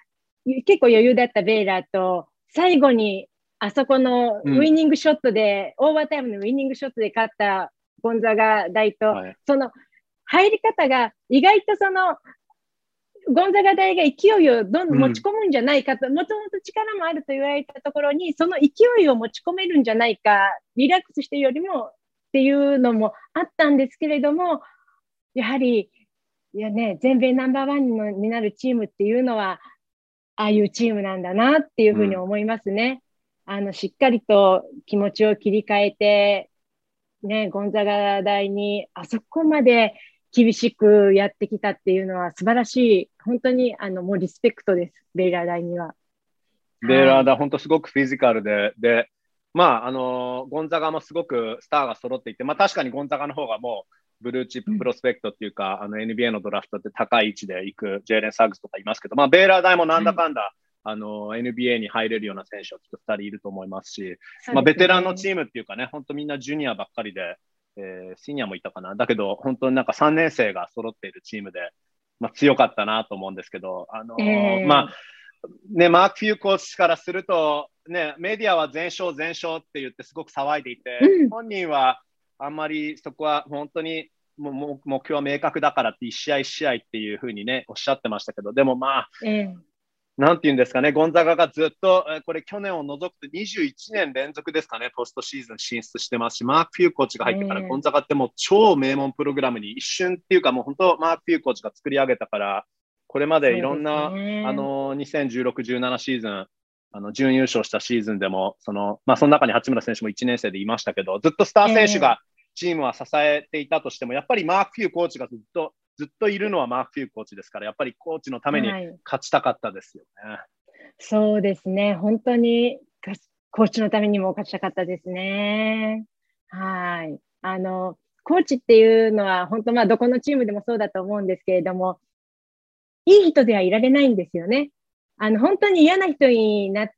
結構余裕だったベイラーと、最後にあそこのウイニングショットで、オーバータイムのウイニングショットで勝ったゴンザガ大と、その入り方が意外とゴンザガ大が勢いをどんどん持ち込むんじゃないかと、もともと力もあると言われたところに、その勢いを持ち込めるんじゃないか、リラックスしてるよりもっていうのもあったんですけれども、やはり、いやね、全米ナンバーワンになるチームっていうのは、ああいうチームなんだなっていうふうに思いますね。しっかりと気持ちを切り替えて、ね、ゴンザガ大にあそこまで厳しくやってきたっていうのは素晴らしい。本当に、もうリスペクトです。ベイラー大には。 ベイラー大、本当すごくフィジカルで、まあ、ゴンザガもすごくスターが揃っていて、まあ確かにゴンザガの方がもう、ブルーチッププロスペクトっていうか、NBA のドラフトって高い位置で行くジェイレン・サッグスとかいますけど、まあ、ベイラー大もなんだかんだ、NBA に入れるような選手はきっと2人いると思いますし、まあ、ベテランのチームっていうかね、本当みんなジュニアばっかりで、シニアもいたかな。だけど、本当になんか3年生が揃っているチームで、まあ、強かったなと思うんですけど、まあ、ね、マーク・フューコーチからすると、ね、メディアは全勝って言ってすごく騒いでいて、本人はあんまりそこは本当に目標は明確だからって一試合一試合っていうふうにね、おっしゃってましたけど、でもまあ、なんて言うんですかね、ゴンザガがずっと、これ去年を除くと21年連続ですかね、ポストシーズン進出してますし、マーク・フューコーチが入ってから、ゴンザガってもう超名門プログラムに一瞬っていうか、もう本当、マーク・フューコーチが作り上げたから、これまでいろんな、2016、17シーズン、準優勝したシーズンでも、まあ、その中に八村選手も1年生でいましたけど、ずっとスター選手がチームは支えていたとしても、やっぱりマーク・フューコーチがずっといるのはマーク・フューコーチですから、やっぱりコーチのために勝ちたかったですよね。 そうですね。本当にコーチのためにも勝ちたかったですね。はい。コーチっていうのは本当まあどこのチームでもそうだと思うんですけれども、いい人ではいられないんですよね。本当に嫌な人になって、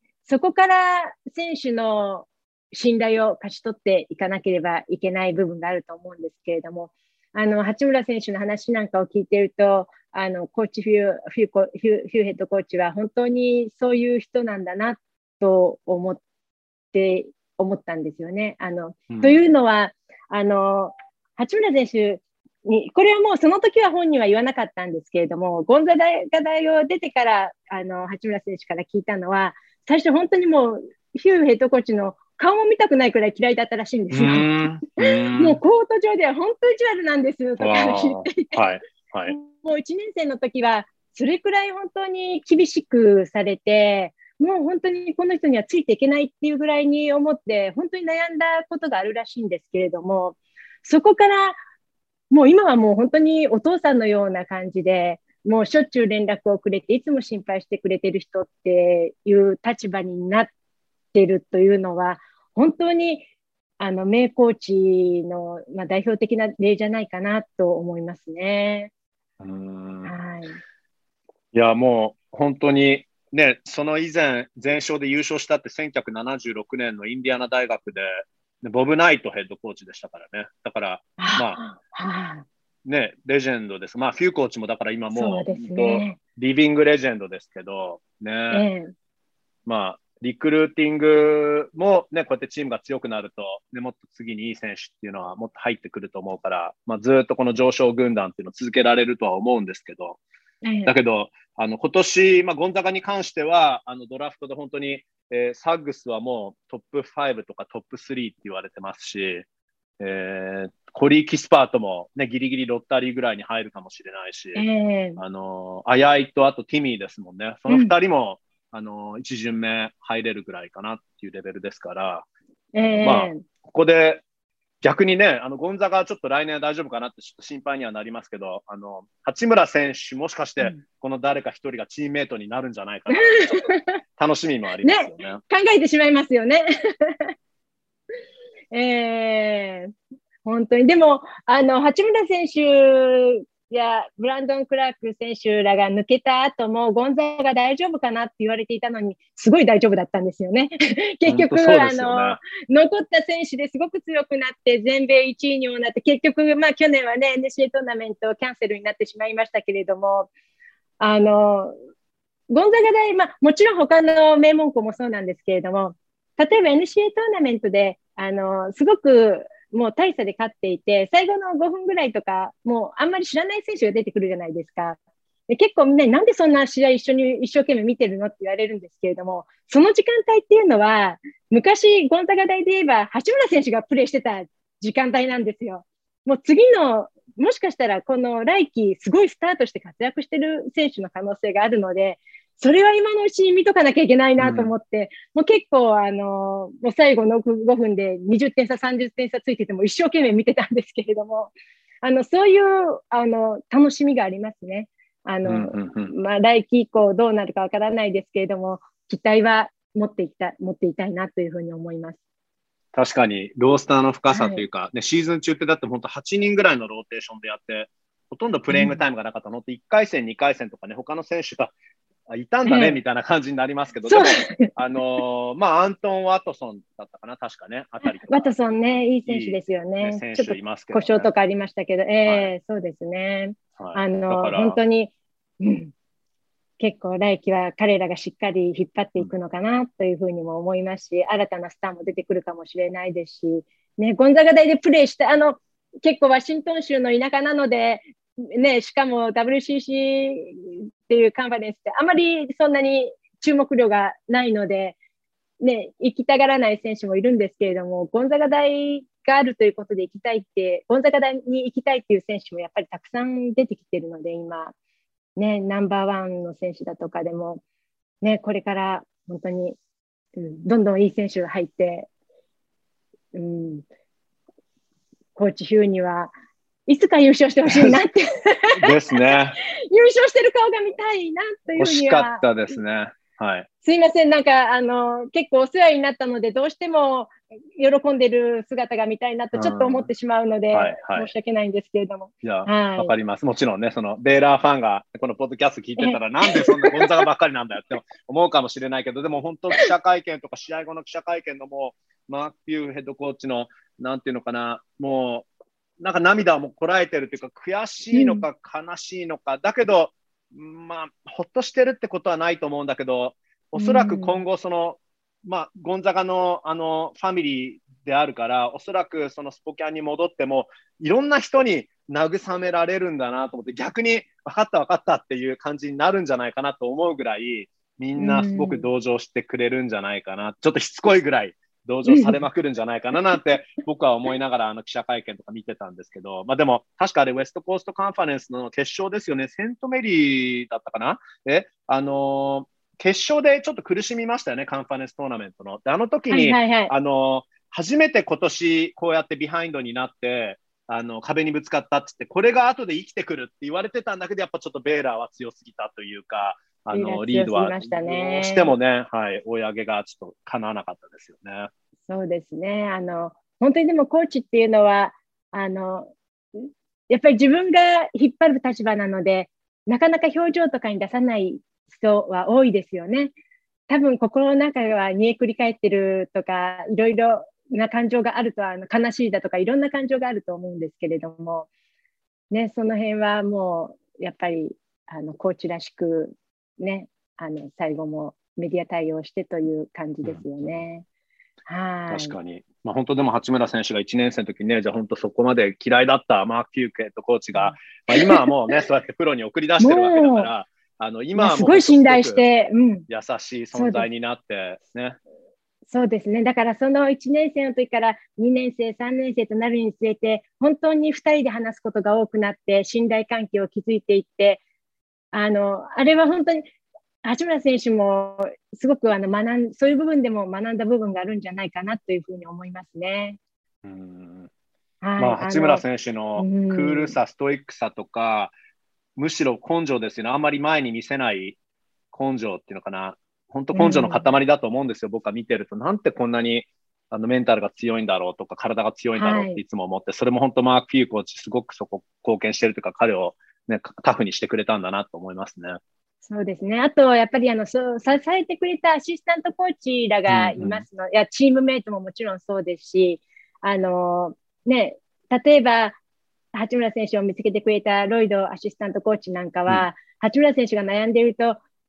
そこから選手の信頼を勝ち取っていかなければいけない部分があると思うんですけれども、八村選手の話なんかを聞いていると、コーチフューヘッドコーチは本当にそういう人なんだなと思ったんですよね。というのは、八村選手に、これはもうその時は本人は言わなかったんですけれども、ゴンザガ大を出てから、八村選手から聞いたのは、最初本当にもう、ヒューヘッドコーチの顔も見たくないくらい嫌いだったらしいんですよ。もうコート上では本当意地悪なんですとか言っていて、 はいはい、 もう1年生の時はそれくらい本当に厳しくされて、もう本当にこの人にはついていけないっていうぐらいに思って、本当に悩んだことがあるらしいんですけれども、そこからもう今はもう本当にお父さんのような感じで、もうしょっちゅう連絡をくれて、いつも心配してくれてる人っていう立場になってるというのは、本当に名コーチの、まあ、代表的な例じゃないかなと思いますね。 はい。いや、もう本当にね、その以前、全勝で優勝したって1976年のインディアナ大学で、ボブ・ナイトヘッドコーチでしたからね。だから、まあ、ね、レジェンドです。まあ、フューコーチもだから今もう、リビングレジェンドですけど、ね、まあ、リクルーティングもね、こうやってチームが強くなると、ね、もっと次にいい選手っていうのはもっと入ってくると思うから、まあ、ずっとこの上昇軍団っていうのを続けられるとは思うんですけど、だけど、今年、まあ、ゴンザガに関しては、ドラフトで本当に、サッグスはもうトップ5とかトップ3って言われてますし、コリー・キスパートも、ね、ギリギリロッタリーぐらいに入るかもしれないし、アヤイとあとティミーですもんね。その2人も、1巡目入れるぐらいかなっていうレベルですから、まあ、ここで逆にね、ゴンザガはちょっと来年は大丈夫かなってちょっと心配にはなりますけど、八村選手もしかして、この誰か一人がチームメイトになるんじゃないかなちょっと楽しみもありますよね。 考えてしまいますよね。本当に。でも、八村選手やブランドン・クラーク選手らが抜けた後も、ゴンザガ大丈夫かなって言われていたのに、すごい大丈夫だったんですよね。結局、残った選手ですごく強くなって、全米1位にもなって、結局、まあ去年はね、NCAA トーナメントキャンセルになってしまいましたけれども、 ゴンザガ大、もちろん他の名門校もそうなんですけれども、例えば NCAA トーナメントで、すごくもう大差で勝っていて、最後の5分ぐらいとか、もうあんまり知らない選手が出てくるじゃないですか。で結構みんなになんでそんな試合一生懸命見てるのって言われるんですけれども、その時間帯っていうのは、昔ゴンザガ大で言えば、八村選手がプレーしてた時間帯なんですよ。もう次の、もしかしたらこの来季、すごいスタートして活躍してる選手の可能性があるので、それは今のうちに見とかなきゃいけないなと思って、もう結構、もう最後の5分で20点差、30点差ついてても一生懸命見てたんですけれども、そういう、楽しみがありますね。来季以降どうなるかわからないですけれども、期待は持っていたいなというふうに思います。 確かに、ロースターの深さというか、ね、シーズン中ってだって本当8人ぐらいのローテーションでやって、ほとんどプレイングタイムがなかったのって、1回戦、2回戦とかね、他の選手がいたんだね、みたいな感じになりますけど、でも、アントン・ワトソンだったかな、確かね、あたりとか。 ワトソンね、いい選手ですよね。 選手いますけど、 故障とかありましたけど、そうですね。本当に、結構来季は彼らがしっかり引っ張っていくのかなというふうにも思いますし、新たなスターも出てくるかもしれないですし、ね、ゴンザガ大でプレーして、結構ワシントン州の田舎なので、ね、しかも WCC っていうカンファレンスってあまりそんなに注目量がないので、ね、行きたがらない選手もいるんですけれども、ゴンザガ大があるということでゴンザガ大に行きたいっていう選手もやっぱりたくさん出てきてるので、今、ね、ナンバーワンの選手だとかでも、ね、これから本当に、どんどんいい選手が入って、コーチヒューにはいつか優勝してほしいなってですね。 優勝してる顔が見たいなというふうには。 惜しかったですね。はい。 すいません、なんか結構お世話になったので、どうしても喜んでる姿が見たいなとちょっと思ってしまうので、申し訳ないんですけれども。 いや、わかります。もちろんね、そのベーラーファンがこのポッドキャスト聞いてたら、なんでそんなゴンザガばっかりなんだよって思うかもしれないけど、でも本当記者会見とか試合後の記者会見のもう、マーク・ピューヘッドコーチの、なんていうのかな、もう、なんか涙をもこらえてるというか、悔しいのか悲しいのか、だけど、ほっとしてるってことはないと思うんだけど、おそらく今後、ゴンザガのファミリーであるから、おそらくそのスポキャンに戻っても、いろんな人に慰められるんだなと思って、逆に分かったっていう感じになるんじゃないかなと思うぐらい、みんなすごく同情してくれるんじゃないかな、ちょっとしつこいぐらい同情されまくるんじゃないかななんて僕は思いながら記者会見とか見てたんですけど、でも確かあれウェストコーストカンファレンスの決勝ですよね。セントメリーだったかな。決勝でちょっと苦しみましたよね、カンファレンストーナメントの。で、あの時に、初めて今年こうやってビハインドになって、壁にぶつかったって言って、これが後で生きてくるって言われてたんだけど、やっぱちょっとベーラーは強すぎたというか、リードはどうしてもね、追い上げがちょっと叶わなかったですよね。 そうですね。本当にでもコーチっていうのは、やっぱり自分が引っ張る立場なので、なかなか表情とかに出さない人は多いですよね。多分心の中は煮えくり返ってるとか、いろいろな感情があると、悲しいだとか、いろんな感情があると思うんですけれども、ね、その辺はもう、やっぱり、コーチらしく、ね、最後もメディア対応してという感じですよね。 確かに。本当でも八村選手が1年生の時にね、じゃあ本当そこまで嫌いだったマーク・ヒューケットコーチが、今はもうね、そうやってプロに送り出してるわけだから、今はもうすごい信頼して、 優しい存在になってね。 そうですね。だからその1年生の時から2年生、3年生となるにつれて、本当に2人で話すことが多くなって、信頼関係を築いていって、あれは本当に、八村選手もすごくそういう部分でも学んだ部分があるんじゃないかなというふうに思いますね。 八村選手のクールさ、ストイックさとか、むしろ根性ですよね。あんまり前に見せない根性っていうのかな。本当根性の塊だと思うんですよ。僕は見てると。なんてこんなにメンタルが強いんだろうとか、体が強いんだろうっていつも思って、それも本当マーク・フィーコーチ、すごくそこ貢献してるというか、彼を、ね、タフにしてくれたんだなと思いますね。 そうですね。あと、やっぱり支えてくれたアシスタントコーチらがいますの、チームメイトももちろんそうですし、例えば、八村選手を見つけてくれたロイドアシスタントコーチなんかは、八村選手が悩んでいると、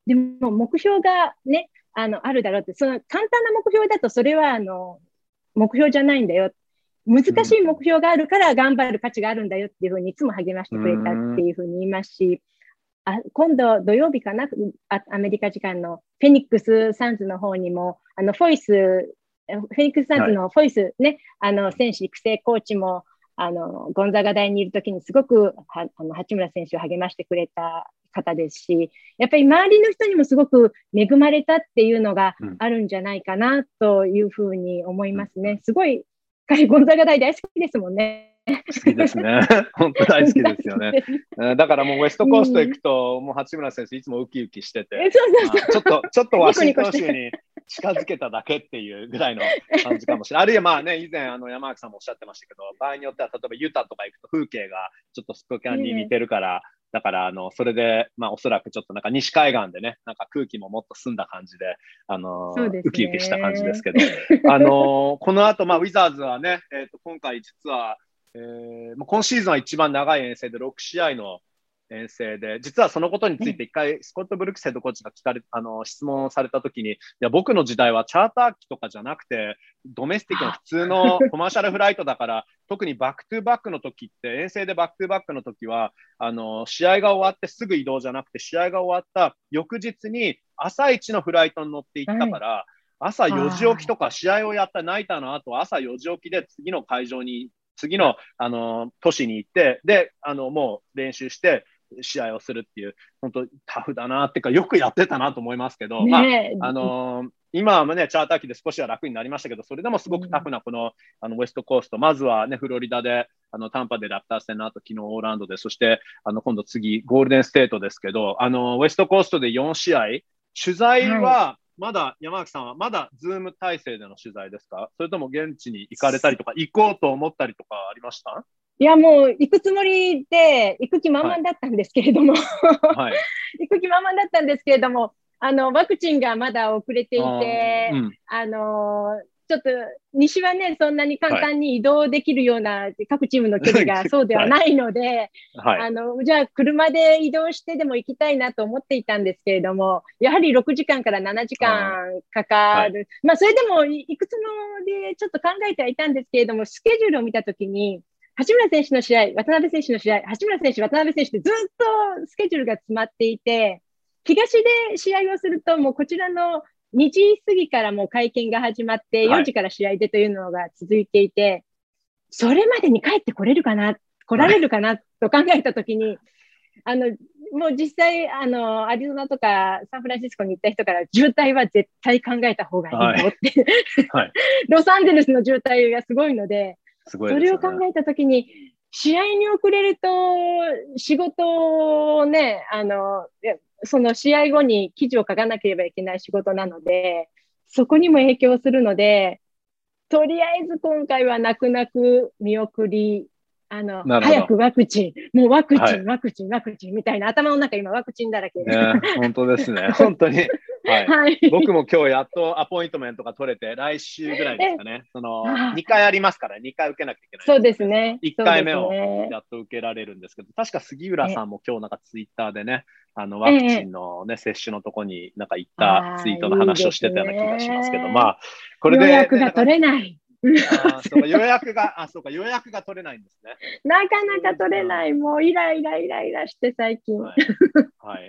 でも目標がね、あるだろうって、その簡単な目標だとそれは目標じゃないんだよ。難しい目標があるから頑張る価値があるんだよっていうふうにいつも励ましてくれたっていうふうに言いますし、今度土曜日かな、アメリカ時間のフェニックス・サンズの方にも、フェニックス・サンズのフォイスね、選手育成コーチも、ゴンザガ大にいるときにすごく、八村選手を励ましてくれた方ですし、やっぱり周りの人にもすごく恵まれたっていうのがあるんじゃないかなというふうに思いますね。すごい、彼、ゴンザガ大大好きですもんね。 好きですね。本当大好きですよね。だからもうウエストコースト行くと、もう八村選手いつもウキウキしてて、ちょっとワシントン州に近づけただけっていうぐらいの感じかもしれない。あるいはまあね、以前山脇さんもおっしゃってましたけど、場合によっては例えばユタとか行くと風景がちょっとスポキャンに似てるから、だからそれでまあおそらくちょっとなんか西海岸でね、なんか空気ももっと澄んだ感じで、ウキウキした感じですけど、この後まあウィザーズはね、今回実は今シーズンは一番長い遠征で6試合の遠征で、実はそのことについて一回スコット・ブルックスヘッドコーチが質問されたときに、いや僕の時代はチャーター機とかじゃなくてドメスティックの普通のコマーシャルフライトだから特にバックトゥバックの時って遠征でバックトゥバックの時は試合が終わってすぐ移動じゃなくて試合が終わった翌日に朝一のフライトに乗って行ったから、朝4時起きとか試合をやったナイターの後朝4時起きで次の会場に次の、都市に行って、で、もう練習して試合をするっていう、本当タフだなっていうか、よくやってたなと思いますけど、ね、まあ、今はね、チャーター機で少しは楽になりましたけど、それでもすごくタフなこの、ウエストコースト、まずはね、フロリダで、タンパでラプター戦の後、昨日オーランドで、そして、今度次、ゴールデンステートですけど、ウエストコーストで4試合、取材は、まだ山脇さんはまだズーム体制での取材ですか？それとも現地に行かれたりとか行こうと思ったりとかありました？ いやもう行くつもりで行く気満々だったんですけれども、はい、行く気満々だったんですけれども、ワクチンがまだ遅れていて、ちょっと西はね、そんなに簡単に移動できるような各チームの距離がそうではないので、じゃあ車で移動してでも行きたいなと思っていたんですけれども、やはり6時間から7時間かかる。まあ、それでもいくつもでちょっと考えてはいたんですけれども、スケジュールを見たときに、八村選手の試合、渡辺選手の試合、八村選手、渡辺選手ってずっとスケジュールが詰まっていて、東で試合をするともうこちらの2時過ぎからもう会見が始まって、4時から試合でというのが続いていて、それまでに帰って来られるかなと考えたときに、もう実際、アリゾナとかサンフランシスコに行った人から、渋滞は絶対考えた方がいいよって、ロサンゼルスの渋滞がすごいので、それを考えたときに、試合に遅れると、仕事をね、その試合後に記事を書かなければいけない仕事なので、そこにも影響するので、とりあえず今回は泣く泣く見送り、早くワクチン、もうワクチンみたいな、頭の中今ワクチンだらけで。 本当ですね。本当に。僕も今日やっとアポイントメントが取れて、来週ぐらいですかね。2回ありますから、2回受けなきゃいけない。 そうですね。 1回目をやっと受けられるんですけど、確か杉浦さんも今日なんかツイッターでね、ワクチンのね、接種のとこになんか行ったツイートの話をしてたような気がしますけど、まあ、これで。 予約が取れない。 そうか予約が取れないんですね。 なかなか取れない。もうイライラして最近。 はい。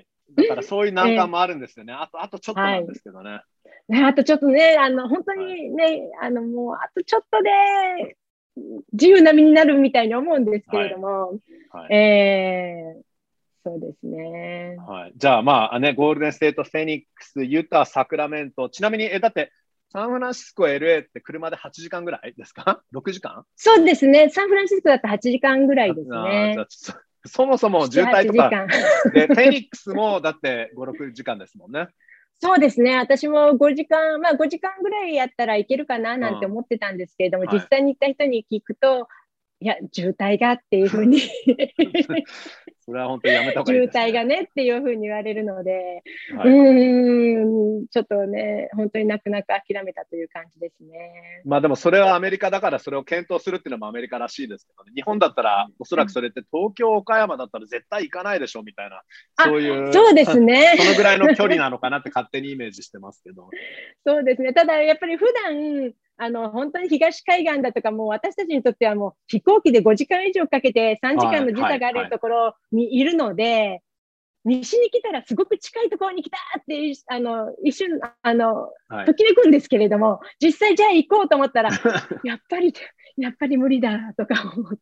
だからそういう難関もあるんですよね。あとちょっとなんですけどね。 あとちょっとね、本当にね、もうあとちょっとで自由な身になるみたいに思うんですけれども、そうですね。 じゃあまあね、ゴールデンステート、フェニックス、ユタ、サクラメント、ちなみにだってサンフランシスコ、LA って車で8時間ぐらいですか ?6 時間？ そうですね。サンフランシスコだと8時間ぐらいですね。 そもそも渋滞とかで、フェニックスもだって5、6時間ですもんね。 そうですね。私も5時間、まあ5時間ぐらいやったらいけるかななんて思ってたんですけれども、実際に行った人に聞くと、 いや、渋滞がっていうふうにそれは本当にやめた方がいいですね。 渋滞がねっていうふうに言われるので、 はい、 ちょっとね、本当に泣く泣く諦めたという感じですね。 まあでもそれはアメリカだからそれを検討するっていうのもアメリカらしいですけどね。日本だったらおそらくそれって東京、岡山だったら絶対行かないでしょみたいな、そういう、 そうですね。 そのぐらいの距離なのかなって勝手にイメージしてますけど。 そうですね。ただやっぱり普段、本当に東海岸だとか、もう私たちにとってはもう飛行機で5時間以上かけて3時間の時差があるところにいるので、西に来たらすごく近いところに来たって一瞬ときめくんですけれども、実際じゃあ行こうと思ったらやっぱり無理だとか思って、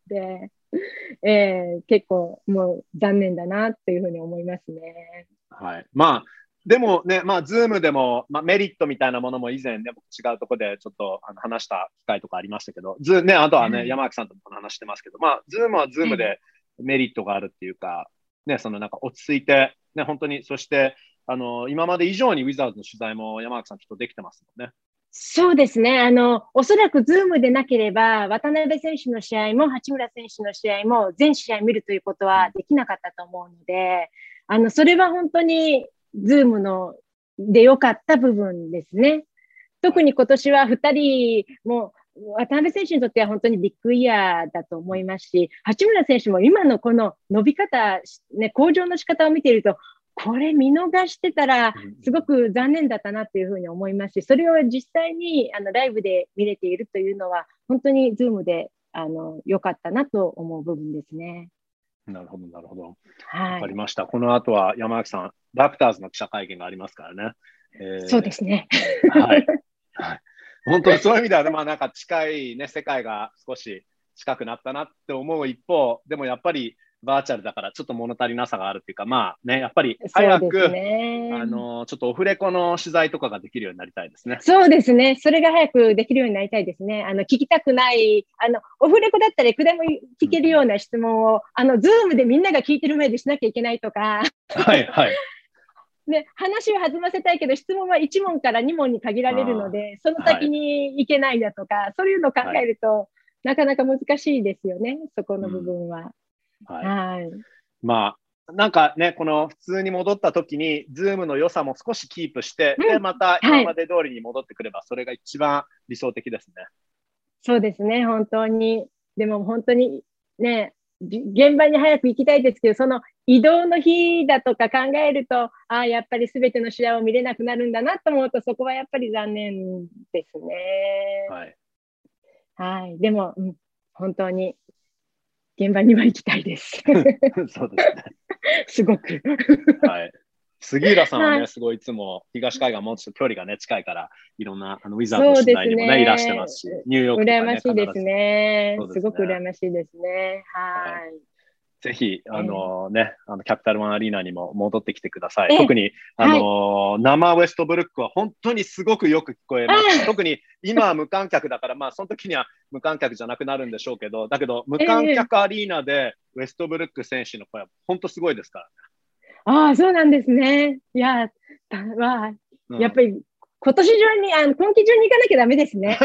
結構もう残念だなというふうに思いますね。 はい。まあでもね、まあ、ズームでも、まあ、メリットみたいなものも以前でも違うところでちょっと話した機会とかありましたけど、ね、あとはね、山脇さんとも話してますけど、まあ、ズームはズームでメリットがあるっていうか、ね、そのなんか落ち着いて、ね、本当に、そして、今まで以上にウィザーズの取材も山脇さんきっとできてますもんね。 そうですね。おそらくズームでなければ、渡辺選手の試合も八村選手の試合も全試合見るということはできなかったと思うので、それは本当にズームで良かった部分ですね。特に今年は2人も、渡辺選手にとっては本当にビッグイヤーだと思いますし、八村選手も今のこの伸び方、ね、向上の仕方を見ていると、これ見逃してたらすごく残念だったなというふうに思いますし、それを実際にライブで見れているというのは、本当にズームで良かったなと思う部分ですね。 なるほど、なるほど。わはい、 かりました。この後は山脇さん、ラプターズの記者会見がありますからね。 そうですね。 はい。はい。本当にそういう意味では、まあなんか近いね、世界が少し近くなったなって思う一方、でもやっぱりバーチャルだからちょっと物足りなさがあるっていうか、まあね、やっぱり早く、 ね、 ちょっとオフレコの取材とかができるようになりたいですね。 そうですね。それが早くできるようになりたいですね。聞きたくない、オフレコだったらいくらでも聞けるような質問を、ズームでみんなが聞いてる前でしなきゃいけないとか。 はいはい。 で、話を弾ませたいけど、質問は1問から2問に限られるので、その先に行けないだとか、そういうのを考えると、なかなか難しいですよね、そこの部分は。 はい。まあ、なんかね、この普通に戻った時に、ズームの良さも少しキープして、で、また今まで通りに戻ってくれば、それが一番理想的ですね。 そうですね、本当に。でも本当にね、現場に早く行きたいですけど、その移動の日だとか考えると、やっぱり全ての試合を見れなくなるんだなと思うと、そこはやっぱり残念ですね。 はい。 はい。でも、本当に現場には行きたいです。 そうですね。 すごく。 はい。杉浦さんはね、すごいいつも東海岸もうちょっと距離がね、近いから、いろんなウィザーズの取材にもね、いらしてますし、ニューヨークとかね、 羨ましいですね。すごく羨ましいですね。はい。 ぜひ、キャピタルワンアリーナにも戻ってきてください。特に、生ウェストブルックは本当にすごくよく聞こえます。特に今は無観客だから、まあ、その時には無観客じゃなくなるんでしょうけど、だけど、無観客アリーナでウェストブルック選手の声は本当すごいですからね。そうなんですね。いや、やっぱり今年中に、今季中に行かなきゃダメですね。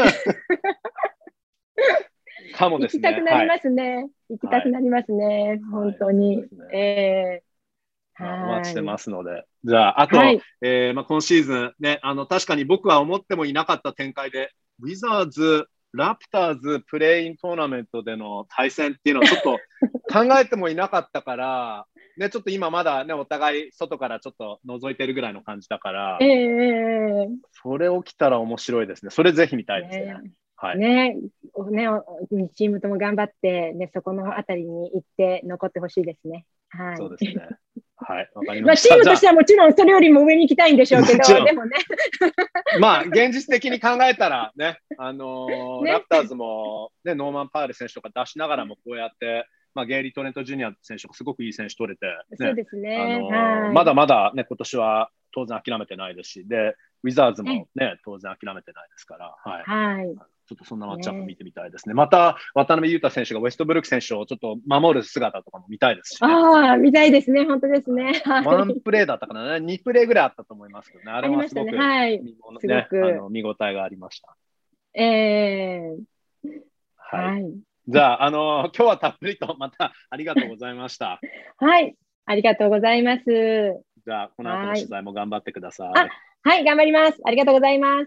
かもですね。 行きたくなりますね。行きたくなりますね。本当に。 お待ちしてますので。じゃあ、あと、今シーズンね、確かに僕は思ってもいなかった展開で、ウィザーズ、ラプターズプレイントーナメントでの対戦っていうのをちょっと考えてもいなかったから、ね、ちょっと今まだね、お互い外からちょっと覗いてるぐらいの感じだから、それ起きたら面白いですね。それぜひ見たいですね。はい。 チームとも頑張って、ね、そこのあたりに行って残ってほしいですね。はい。 そうですね。はい。わかりました。 チームとしてはもちろんそれよりも上に行きたいんでしょうけど、でもね。 まあ、現実的に考えたらね、ラプターズも、ね、ノーマン・パール選手とか出しながらもこうやって、ゲイリー・トレント・ジュニア選手がすごくいい選手取れて、 そうですね。 まだまだね、今年は当然諦めてないですし、で、ウィザーズもね、当然諦めてないですから、はい。ちょっとそんなマッチアップ見てみたいですね。また、渡辺裕太選手がウェストブルック選手をちょっと守る姿とかも見たいですし、 ね。見たいですね。本当ですね。 ワンプレーだったかな、2プレーぐらいあったと思いますけどね。あれはすごく、見応えがありました。 はい。 じゃあ、今日はたっぷりとまたありがとうございました。 はい、ありがとうございます。 じゃあ、この後の取材も頑張ってください。 はい、頑張ります。ありがとうございます。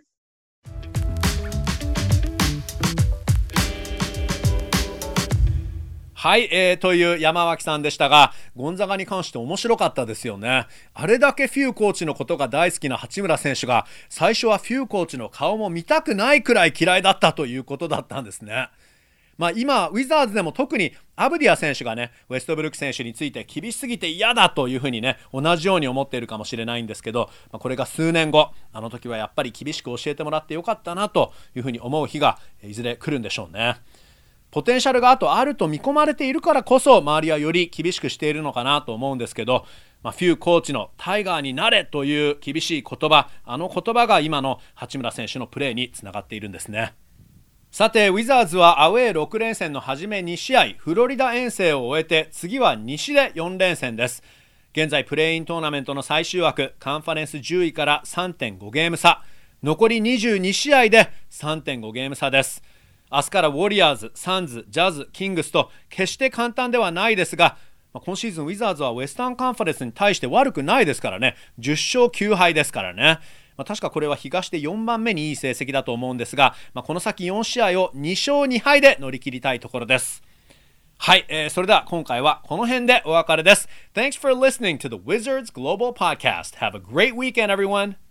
はい、という山脇さんでしたが、ゴンザガに関して面白かったですよね。あれだけフューコーチのことが大好きな八村選手が、最初はフューコーチの顔も見たくないくらい嫌いだったということだったんですね。今ウィザーズでも特にアブディア選手がね、ウェストブルック選手について厳しすぎて嫌だというふうにね、同じように思っているかもしれないんですけど、これが数年後、あの時はやっぱり厳しく教えてもらってよかったなというふうに思う日がいずれ来るんでしょうね。ポテンシャルがあると見込まれているからこそ、周りはより厳しくしているのかなと思うんですけど、フューコーチのタイガーになれという厳しい言葉、あの言葉が今の八村選手のプレーにつながっているんですね。さて、ウィザーズはアウェー6連戦の初め2試合、フロリダ遠征を終えて、次は西で4連戦です。現在プレーイントーナメントの最終枠、カンファレンス10位から 3.5 ゲーム差、残り22試合で 3.5 ゲーム差です。明日からウォリアーズ、サンズ、ジャズ、キングスと決して簡単ではないですが、今シーズンウィザーズはウエスタンカンファレンスに対して悪くないですからね。10勝9敗ですからね。確かこれは東で4番目にいい成績だと思うんですが、この先4試合を2勝2敗で乗り切りたいところです。はい、それでは今回はこの辺でお別れです。Thanks for listening to the Wizards Global Podcast. Have a great weekend, everyone!